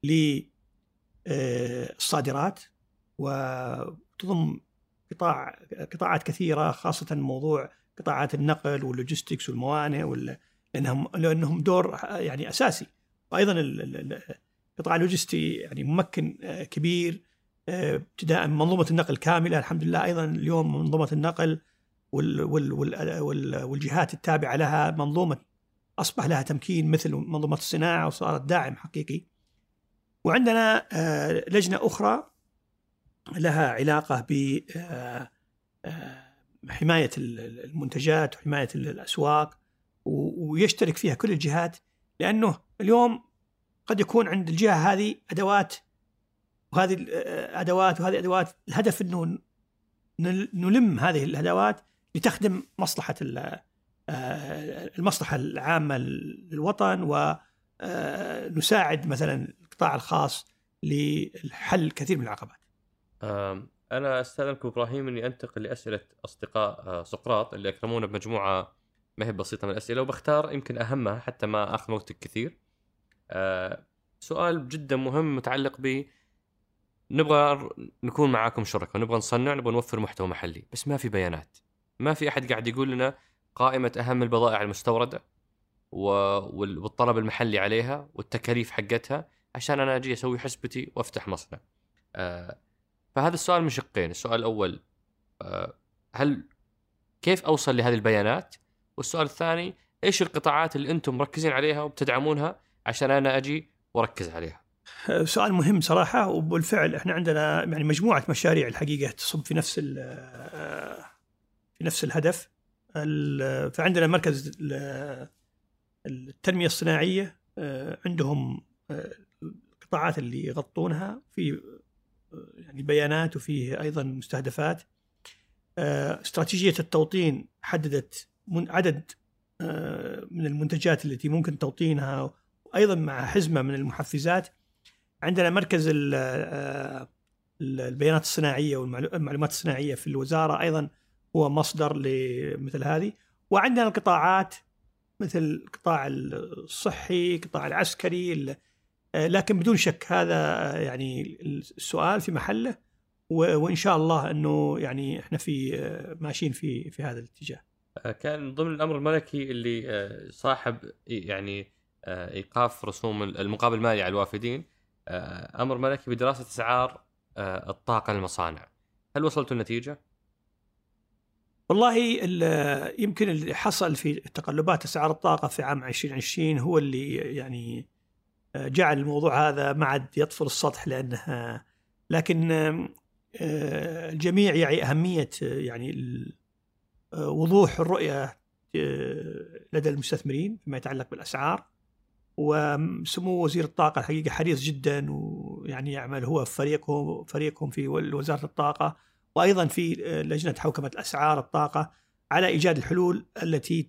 للصادرات وتضم قطاعات كثيرة، خاصة موضوع قطاعات النقل واللوجستكس والموانئ لأنهم دور يعني أساسي. وأيضا القطاع اللوجستي يعني ممكن كبير، ابتداء من منظومة النقل كاملة الحمد لله. أيضا اليوم منظومة النقل والجهات التابعة لها منظومة أصبح لها تمكين مثل منظومة الصناعة، وصارت داعم حقيقي. وعندنا لجنة أخرى لها علاقة بحماية المنتجات وحماية الأسواق، ويشترك فيها كل الجهات، لأنه اليوم قد يكون عند الجهة هذه أدوات وهذه أدوات، الهدف أنه نلم هذه الأدوات لتخدم المصلحة العامة للوطن، ونساعد مثلا القطاع الخاص لحل كثير من العقبات. أنا أستاذنكم إبراهيم أني أنتقل لأسئلة أصدقاء سقراط اللي أكرمونا بمجموعة ما هي بسيطة من الأسئلة، وبختار يمكن أهمها حتى ما أخذ وقتك كثير. سؤال جدا مهم متعلق ب نبغى نكون معاكم شركة، ونبغى نصنع، نبغى نوفر محتوى محلي، بس ما في بيانات، ما في أحد قاعد يقول لنا قائمة أهم البضائع المستوردة والطلب المحلي عليها والتكاليف حقتها عشان أنا أجي أسوي حسبتي وأفتح مصنع. فهذا السؤال من شقين. السؤال الأول، كيف أوصل لهذه البيانات؟ والسؤال الثاني، إيش القطاعات اللي أنتم مركزين عليها وبتدعمونها عشان أنا أجي وأركز عليها؟ سؤال مهم صراحة، وبالفعل إحنا عندنا يعني مجموعة مشاريع الحقيقة تصب في نفس الهدف. فعندنا مركز التنمية الصناعية، عندهم القطاعات اللي يغطونها في يعني بيانات، وفيه أيضا مستهدفات. استراتيجية التوطين حددت عدد من المنتجات التي ممكن توطينها، وأيضا مع حزمة من المحفزات. عندنا مركز البيانات الصناعية والمعلومات الصناعية في الوزارة، أيضا هو مصدر لمثل هذه. وعندنا القطاعات مثل القطاع الصحي، القطاع العسكري، لكن بدون شك هذا يعني السؤال في محله، وإن شاء الله أنه يعني إحنا ماشيين في هذا الاتجاه. كان ضمن الأمر الملكي اللي صاحب يعني إيقاف رسوم المقابل المالي على الوافدين، أمر ملكي بدراسة أسعار الطاقة للمصانع. هل وصلتوا النتيجة؟ والله يمكن اللي حصل في تقلبات أسعار الطاقة في عام 2020 هو اللي يعني جعل الموضوع هذا ما عاد يطفل السطح، لأنها لكن الجميع يعي أهمية يعني وضوح الرؤية لدى المستثمرين فيما يتعلق بالأسعار. وسمو وزير الطاقة الحقيقة حريص جدا، ويعني يعمل هو فريقهم في وزارة الطاقة، وأيضا في لجنة حوكمة الأسعار الطاقة، على إيجاد الحلول التي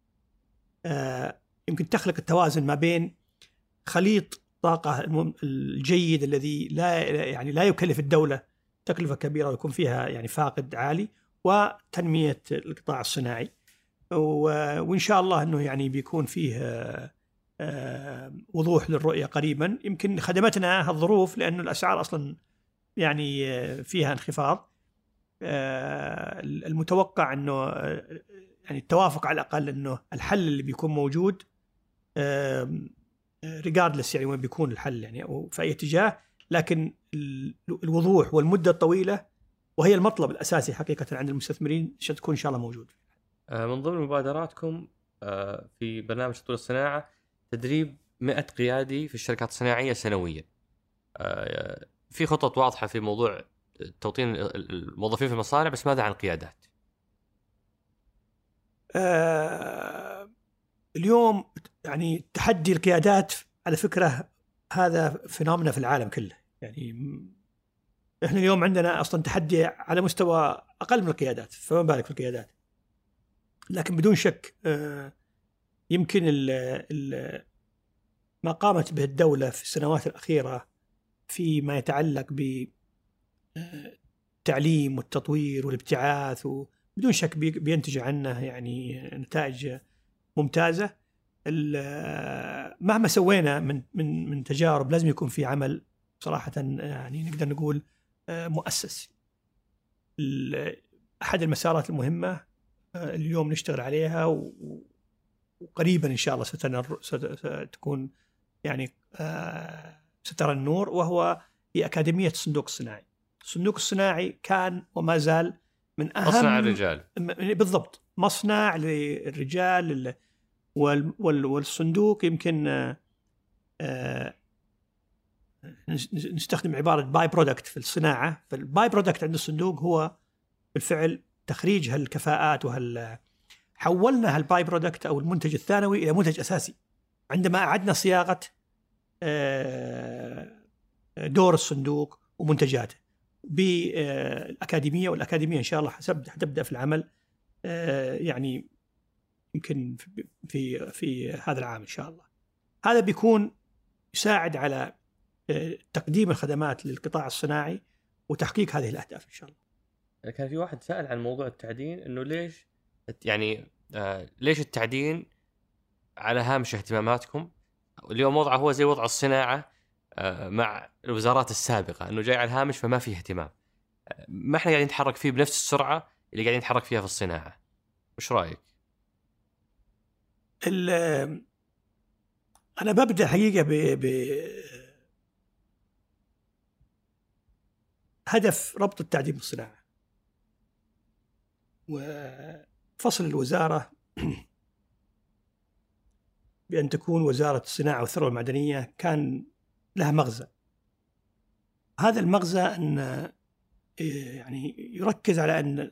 يمكن تخلق التوازن ما بين خليط الطاقة الجيد الذي لا يكلف الدولة تكلفة كبيرة ويكون فيها يعني فاقد عالي، وتنمية القطاع الصناعي. وإن شاء الله أنه يعني بيكون فيه وضوح للرؤية قريبا. يمكن خدمتنا الظروف لأن الأسعار أصلا يعني فيها انخفاض. المتوقع أنه يعني التوافق على الأقل أنه الحل اللي بيكون موجود regardless يعني وين بيكون الحل يعني أو في أي اتجاه، لكن الوضوح والمدة الطويلة وهي المطلب الأساسي حقيقة عند المستثمرين ستكون إن شاء الله موجود. من ضمن مبادراتكم في برنامج تطوير الصناعة تدريب 100 قيادي في الشركات الصناعية سنويا. في خطط واضحة في موضوع توطين الموظفين في المصانع، بس ماذا عن القيادات؟ اليوم يعني تحدي القيادات على فكرة هذا فينومينا في العالم كله. يعني احنا اليوم عندنا اصلا تحدي على مستوى اقل من القيادات، فما بالك في القيادات. لكن بدون شك يمكن ما قامت به الدولة في السنوات الأخيرة فيما يتعلق بالتعليم والتطوير والابتعاث، وبدون شك بينتج عنه يعني نتائج ممتازة. مهما سوينا من تجارب لازم يكون في عمل صراحة، يعني نقدر نقول مؤسس. أحد المسارات المهمة اليوم نشتغل عليها وقريبا إن شاء الله ستكون يعني سترى النور، وهو في أكاديمية الصندوق الصناعي. الصندوق الصناعي كان وما زال من أهم مصنع الرجال، بالضبط، مصنع للرجال. والصندوق يمكن نستخدم عبارة باي برودكت في الصناعة. فالباي برودكت عند الصندوق هو بالفعل تخريج هالكفاءات حولنا هالباي برودكت أو المنتج الثانوي إلى منتج أساسي عندما أعدنا صياغة دور الصندوق ومنتجاته بالأكاديمية. والأكاديمية إن شاء الله حتبدأ في العمل يعني يمكن في هذا العام إن شاء الله. هذا بيكون يساعد على تقديم الخدمات للقطاع الصناعي وتحقيق هذه الأهداف إن شاء الله. كان في واحد سأل عن موضوع التعدين، إنه ليش يعني ليش التعدين على هامش اهتماماتكم؟ اليوم وضعه هو زي وضع الصناعة مع الوزارات السابقة، إنه جاي على الهامش فما فيه اهتمام. ما إحنا قاعدين نتحرك فيه بنفس السرعة اللي قاعدين نتحرك فيها في الصناعة. وش رأيك؟ أنا ببدأ حقيقة هدف ربط التعدين بالصناعة، وفصل الوزارة بأن تكون وزارة الصناعة والثروة المعدنية كان لها مغزى. هذا المغزى أن يعني يركز على أن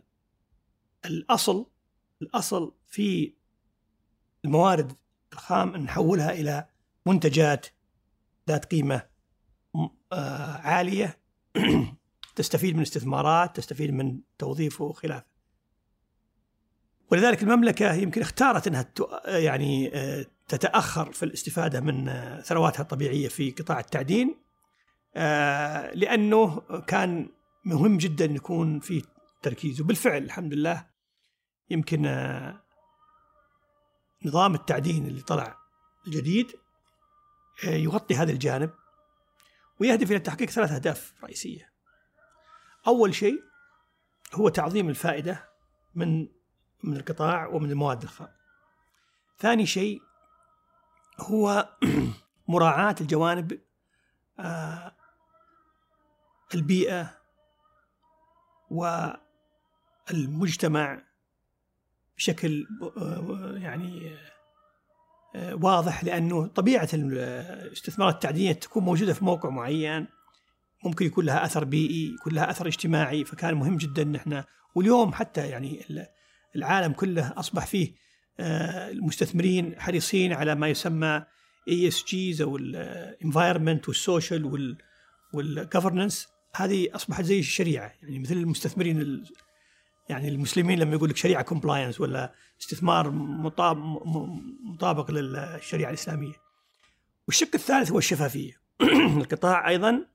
الأصل في الموارد الخام أن نحولها إلى منتجات ذات قيمة عالية تستفيد من استثمارات، تستفيد من توظيف وخلافه. ولذلك المملكة يمكن اختارت أنها يعني تتأخر في الاستفادة من ثرواتها الطبيعية في قطاع التعدين، لأنه كان مهم جدا يكون في تركيز. وبالفعل الحمد لله يمكن نظام التعدين اللي طلع الجديد يغطي هذا الجانب ويهدف إلى تحقيق 3 أهداف رئيسية. أول شيء هو تعظيم الفائدة من القطاع ومن المواد الخام. ثاني شيء هو مراعاة الجوانب البيئة والمجتمع بشكل يعني واضح، لأنه طبيعة الاستثمارات التعدينية تكون موجودة في موقع معين، ممكن يكون لها أثر بيئي، يكون لها أثر اجتماعي. فكان مهم جدا أن احنا، واليوم حتى يعني العالم كله أصبح فيه المستثمرين حريصين على ما يسمى ESGs أو Environment والسوشيال والgovernance. هذه أصبحت زي الشريعة، يعني مثل المستثمرين يعني المسلمين لما يقول لك شريعة كومبلاينس ولا استثمار مطابق للشريعة الإسلامية. والشق الثالث هو الشفافية. القطاع أيضا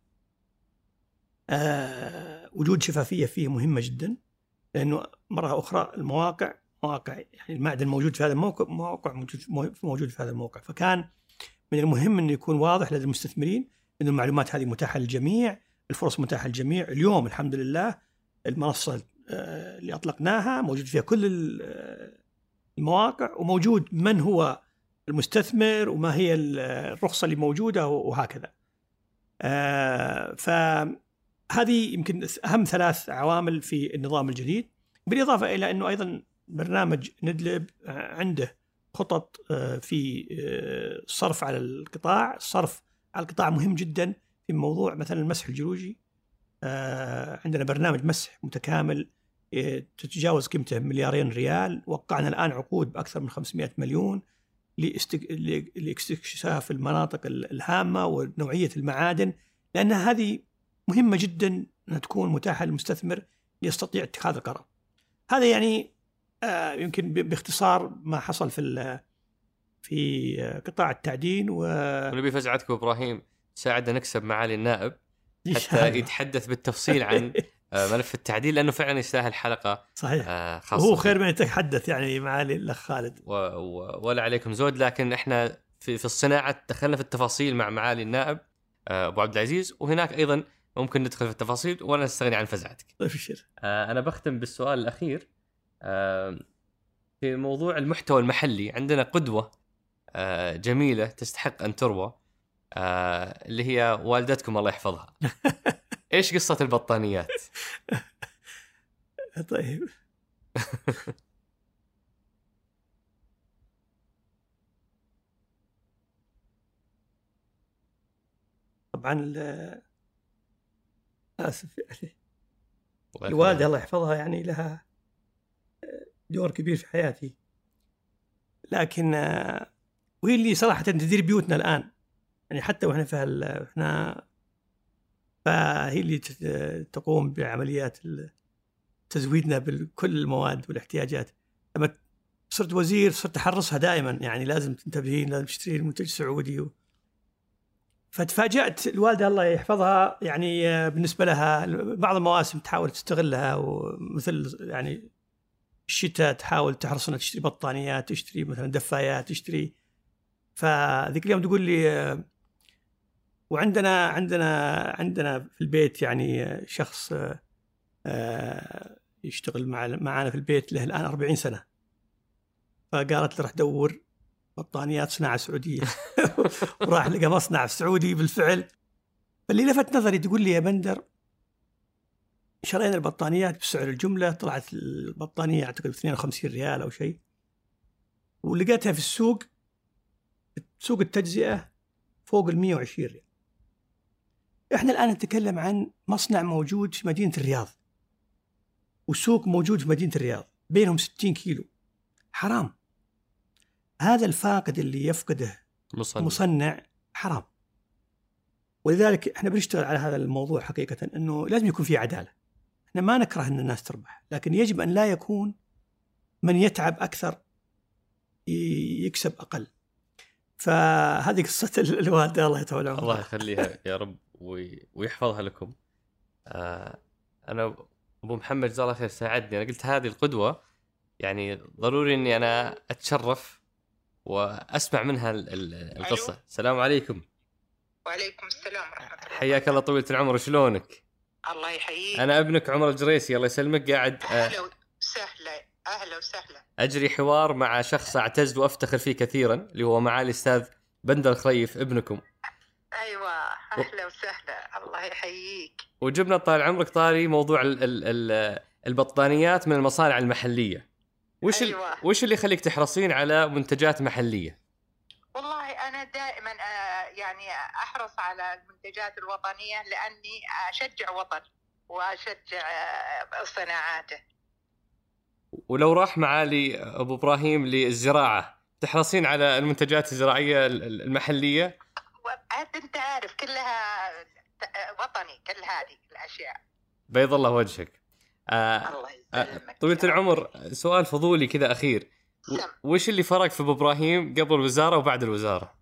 وجود شفافية فيه مهمة جدا، لأنه مرة أخرى مواقع يعني المعدن موجود في هذا الموقع، موجود في هذا الموقع. فكان من المهم أنه يكون واضح لدى المستثمرين أن المعلومات هذه متاحة للجميع، الفرص متاحة للجميع. اليوم الحمد لله المنصة اللي أطلقناها موجود فيها كل المواقع، وموجود من هو المستثمر وما هي الرخصة اللي موجودة وهكذا. فهذه يمكن أهم 3 عوامل في النظام الجديد، بالإضافة إلى أنه أيضا برنامج ندلب عنده خطط في الصرف على القطاع. الصرف على القطاع مهم جدا في موضوع مثلا المسح الجيولوجي. عندنا برنامج مسح متكامل تتجاوز قيمته مليارين ريال. وقعنا الآن عقود بأكثر من 500 مليون لاستكشاف المناطق الهامة ونوعية المعادن، لأن هذه مهمة جدا أن تكون متاحة للمستثمر يستطيع اتخاذ القرار. هذا يعني يمكن باختصار ما حصل في قطاع التعدين. ونبي فزعتك إبراهيم ساعدنا نكسب معالي النائب حتى يتحدث بالتفصيل عن ملف التعديل، لأنه فعلا يستاهل حلقة صحيح خاصة. وهو خير من يتحدث يعني معالي الأخ خالد. ولا عليكم زود، لكن احنا في الصناعة دخلنا في التفاصيل مع معالي النائب أبو عبد العزيز، وهناك أيضا ممكن ندخل في التفاصيل ولا نستغني عن فزعتك. طيب الشير. أنا بختم بالسؤال الأخير في موضوع المحتوى المحلي. عندنا قدوة جميلة تستحق أن تروى، اللي هي والدتكم الله يحفظها. إيش قصة البطانيات؟ طيب طبعا آسف يعني الوالدة الله يحفظها يعني لها دور كبير في حياتي، لكن وهي اللي صراحة تدير بيوتنا الآن يعني، حتى وإحنا فهي اللي تقوم بعمليات تزويدنا بكل المواد والاحتياجات. لما صرت وزير صرت أحرصها دائما، يعني لازم تنتبهين، لازم تشتري المنتج السعودي. فتفاجأت الوالدة الله يحفظها يعني بالنسبة لها بعض المواسم تحاول تستغلها، ومثل يعني الشتاء تحاول تحرص انها تشتري بطانيات، تشتري مثلا دفايات، تشتري. فذيك اليوم تقول لي عندنا في البيت يعني شخص يشتغل معنا في البيت له الآن 40 سنة، فقالت لي راح دور بطانيات صناعة سعودية. وراح لقى مصنع سعودي بالفعل. فاللي لفت نظري تقول لي يا بندر شرينا البطانيات بسعر الجملة، طلعت البطانية أعتقد 52 ريال أو شيء، ولقيتها في السوق سوق التجزئة فوق 120 ريال. إحنا الآن نتكلم عن مصنع موجود في مدينة الرياض وسوق موجود في مدينة الرياض، بينهم 60 كيلو. حرام هذا الفاقد اللي يفقده مصنع حرام. ولذلك احنا بنشتغل على هذا الموضوع حقيقة، انه لازم يكون في عدالة. احنا ما نكره ان الناس تربح، لكن يجب ان لا يكون من يتعب اكثر يكسب اقل. فهذه قصة الوالدة الله يطول عمرها. الله يخليها يا رب ويحفظها لكم. انا ابو محمد جزاه الله خير ساعدني. انا قلت هذه القدوة يعني ضروري اني انا اتشرف واسمع منها القصة. السلام عليكم. وعليكم السلام ورحمة الله. حياك الله طويلة العمر، شلونك؟ الله يحييك. أنا ابنك عمر الجريسي الله يسلمك، قاعد أهلا وسهلا. أهلا وسهلا. أجري حوار مع شخص أعتز وأفتخر فيه كثيرا، اللي هو معالي الأستاذ بندر الخريف ابنكم. أيوة أهلا وسهلا. الله يحييك. وجبنا طال عمرك طاري موضوع البطانيات من المصانع المحلية. أيوة. وش اللي يخليك تحرصين على منتجات محلية؟ والله أنا دائما يعني أحرص على المنتجات الوطنية، لأني أشجع وطن وأشجع صناعاته. ولو راح معالي أبو إبراهيم للزراعة تحرصين على المنتجات الزراعية المحلية؟ أنت عارف كلها وطني، كل هذه الأشياء. بيض الله وجهك. الله يسلمك. طويلة العمر سؤال فضولي كذا أخير، وش اللي فرق في أبو إبراهيم قبل الوزارة وبعد الوزارة؟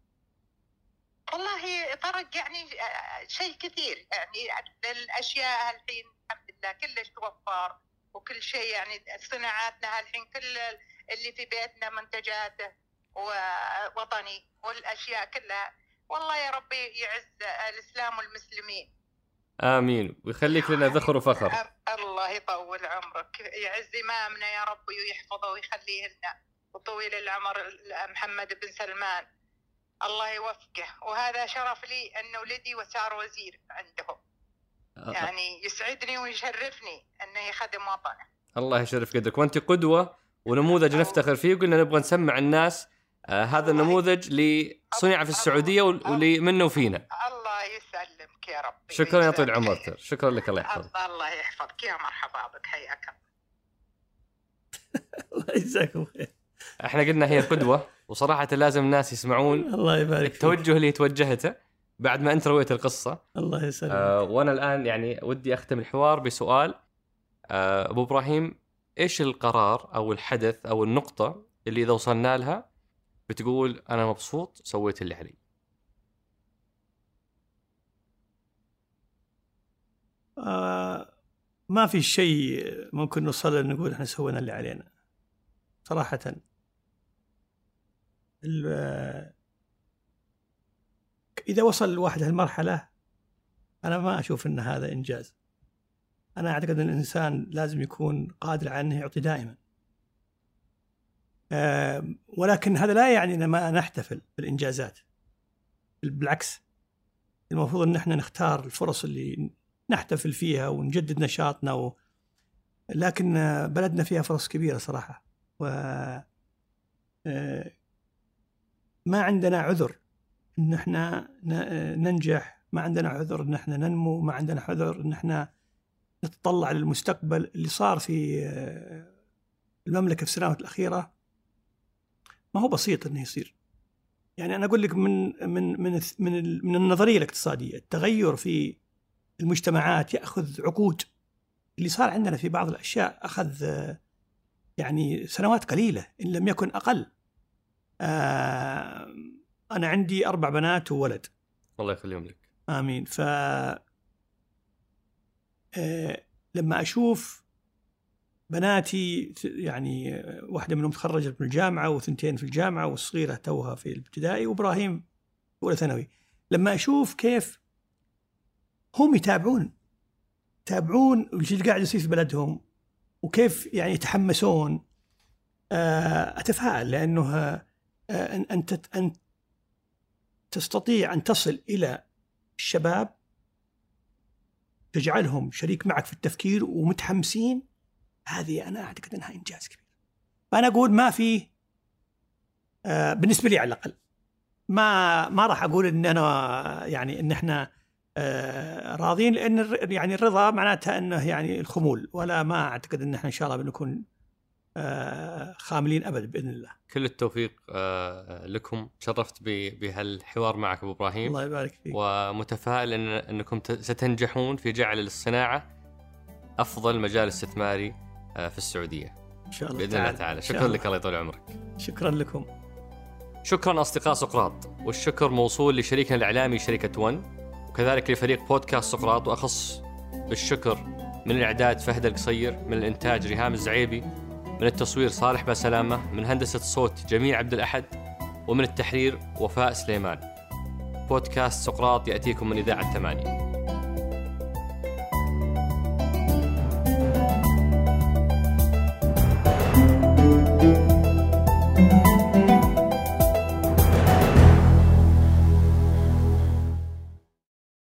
والله فرق يعني شيء كثير، يعني الأشياء الحين الحمد لله كلش توفر وكل شيء، يعني صناعاتنا الحين كل اللي في بيتنا منتجاته ووطني، والأشياء كلها والله يا ربي يعز الإسلام والمسلمين. آمين، ويخليك لنا ذخر وفخر. الله يطول عمرك، يعز إمامنا يا رب ويحفظه ويخليه لنا، وطويل العمر محمد بن سلمان الله يوفقه. وهذا شرف لي أن ولدي وصار وزير عندهم، يعني يسعدني ويشرفني أنه يخدم وطنه. الله يشرف قدرك، وأنت قدوة ونموذج نفتخر فيه، وقلنا نبغى نسمع الناس هذا النموذج اللي صنع في السعودية واللي منه وفينا. الله يسلمك يا رب. شكرا يا طويل عمرك، شكرا لك، الله يحفظك. الله يحفظك، يا مرحبا بك، حياك الله. الله يجزاكم خير. احنا قلنا هي قدوة، وصراحة لازم الناس يسمعون الله يبارك التوجه اللي توجهته بعد ما انت رويت القصة. الله يسلمك. وانا الان يعني ودي اختم الحوار بسؤال. ابو ابراهيم، ايش القرار او الحدث او النقطة اللي اذا وصلنا لها بتقول انا مبسوط سويت اللي علي؟ ما في شيء ممكن نوصل له نقول احنا سوينا اللي علينا صراحة. إذا وصل الواحد هالمرحلة أنا ما أشوف أن هذا إنجاز. أنا أعتقد أن الإنسان لازم يكون قادر على أنه يعطي دائما، ولكن هذا لا يعني أن ما نحتفل بالإنجازات. بالعكس، المفروض أن احنا نختار الفرص اللي نحتفل فيها ونجدد نشاطنا لكن بلدنا فيها فرص كبيرة صراحة، وما عندنا عذر إن احنا ننجح، ما عندنا عذر إن احنا ننمو، ما عندنا عذر إن احنا نتطلع للمستقبل. اللي صار في المملكة في السنوات الأخيرة ما هو بسيط إنه يصير. يعني أنا أقول لك من النظرية الاقتصادية، التغير في المجتمعات يأخذ عقود. اللي صار عندنا في بعض الأشياء أخذ يعني سنوات قليلة إن لم يكن أقل. أنا عندي 4 بنات وولد، الله يخليهم لك. آمين. لما أشوف بناتي يعني واحدة منهم تخرجت من الجامعة وثنتين في الجامعة والصغيرة توها في الابتدائي وإبراهيم أولى ثانوي، لما أشوف كيف هم يتابعون اللي قاعد يصير في بلدهم وكيف يعني يتحمسون، أتفائل. لأنه أنت تستطيع أن تصل إلى الشباب، تجعلهم شريك معك في التفكير ومتحمسين. هذه أنا أعتقد أنها إنجاز كبير. فأنا أقول ما في بالنسبة لي على الأقل ما راح أقول إن أنا يعني إن إحنا راضين، لأن يعني الرضا معناتها أنه يعني الخمول، ولا ما أعتقد أن إحنا إن شاء الله بنكون خاملين أبدا بإذن الله. كل التوفيق لكم. شرفت بهالحوار معك أبو إبراهيم. الله يبارك فيك. ومتفائل أنكم ستنجحون في جعل الصناعة أفضل مجال استثماري في السعودية إن شاء الله بإذن الله تعالى. شكرا لك، الله يطول عمرك. شكرا لكم. شكرا أصدقاء سقراط، والشكر موصول لشريكنا الإعلامي شركة ون، وكذلك لفريق بودكاست سقراط، وأخص بالشكر من الإعداد فهد القصير، من الإنتاج ريهام الزعيبي، من التصوير صالح بسلامة، من هندسة الصوت جميع عبد الأحد، ومن التحرير وفاء سليمان. بودكاست سقراط يأتيكم من إذاعة 8.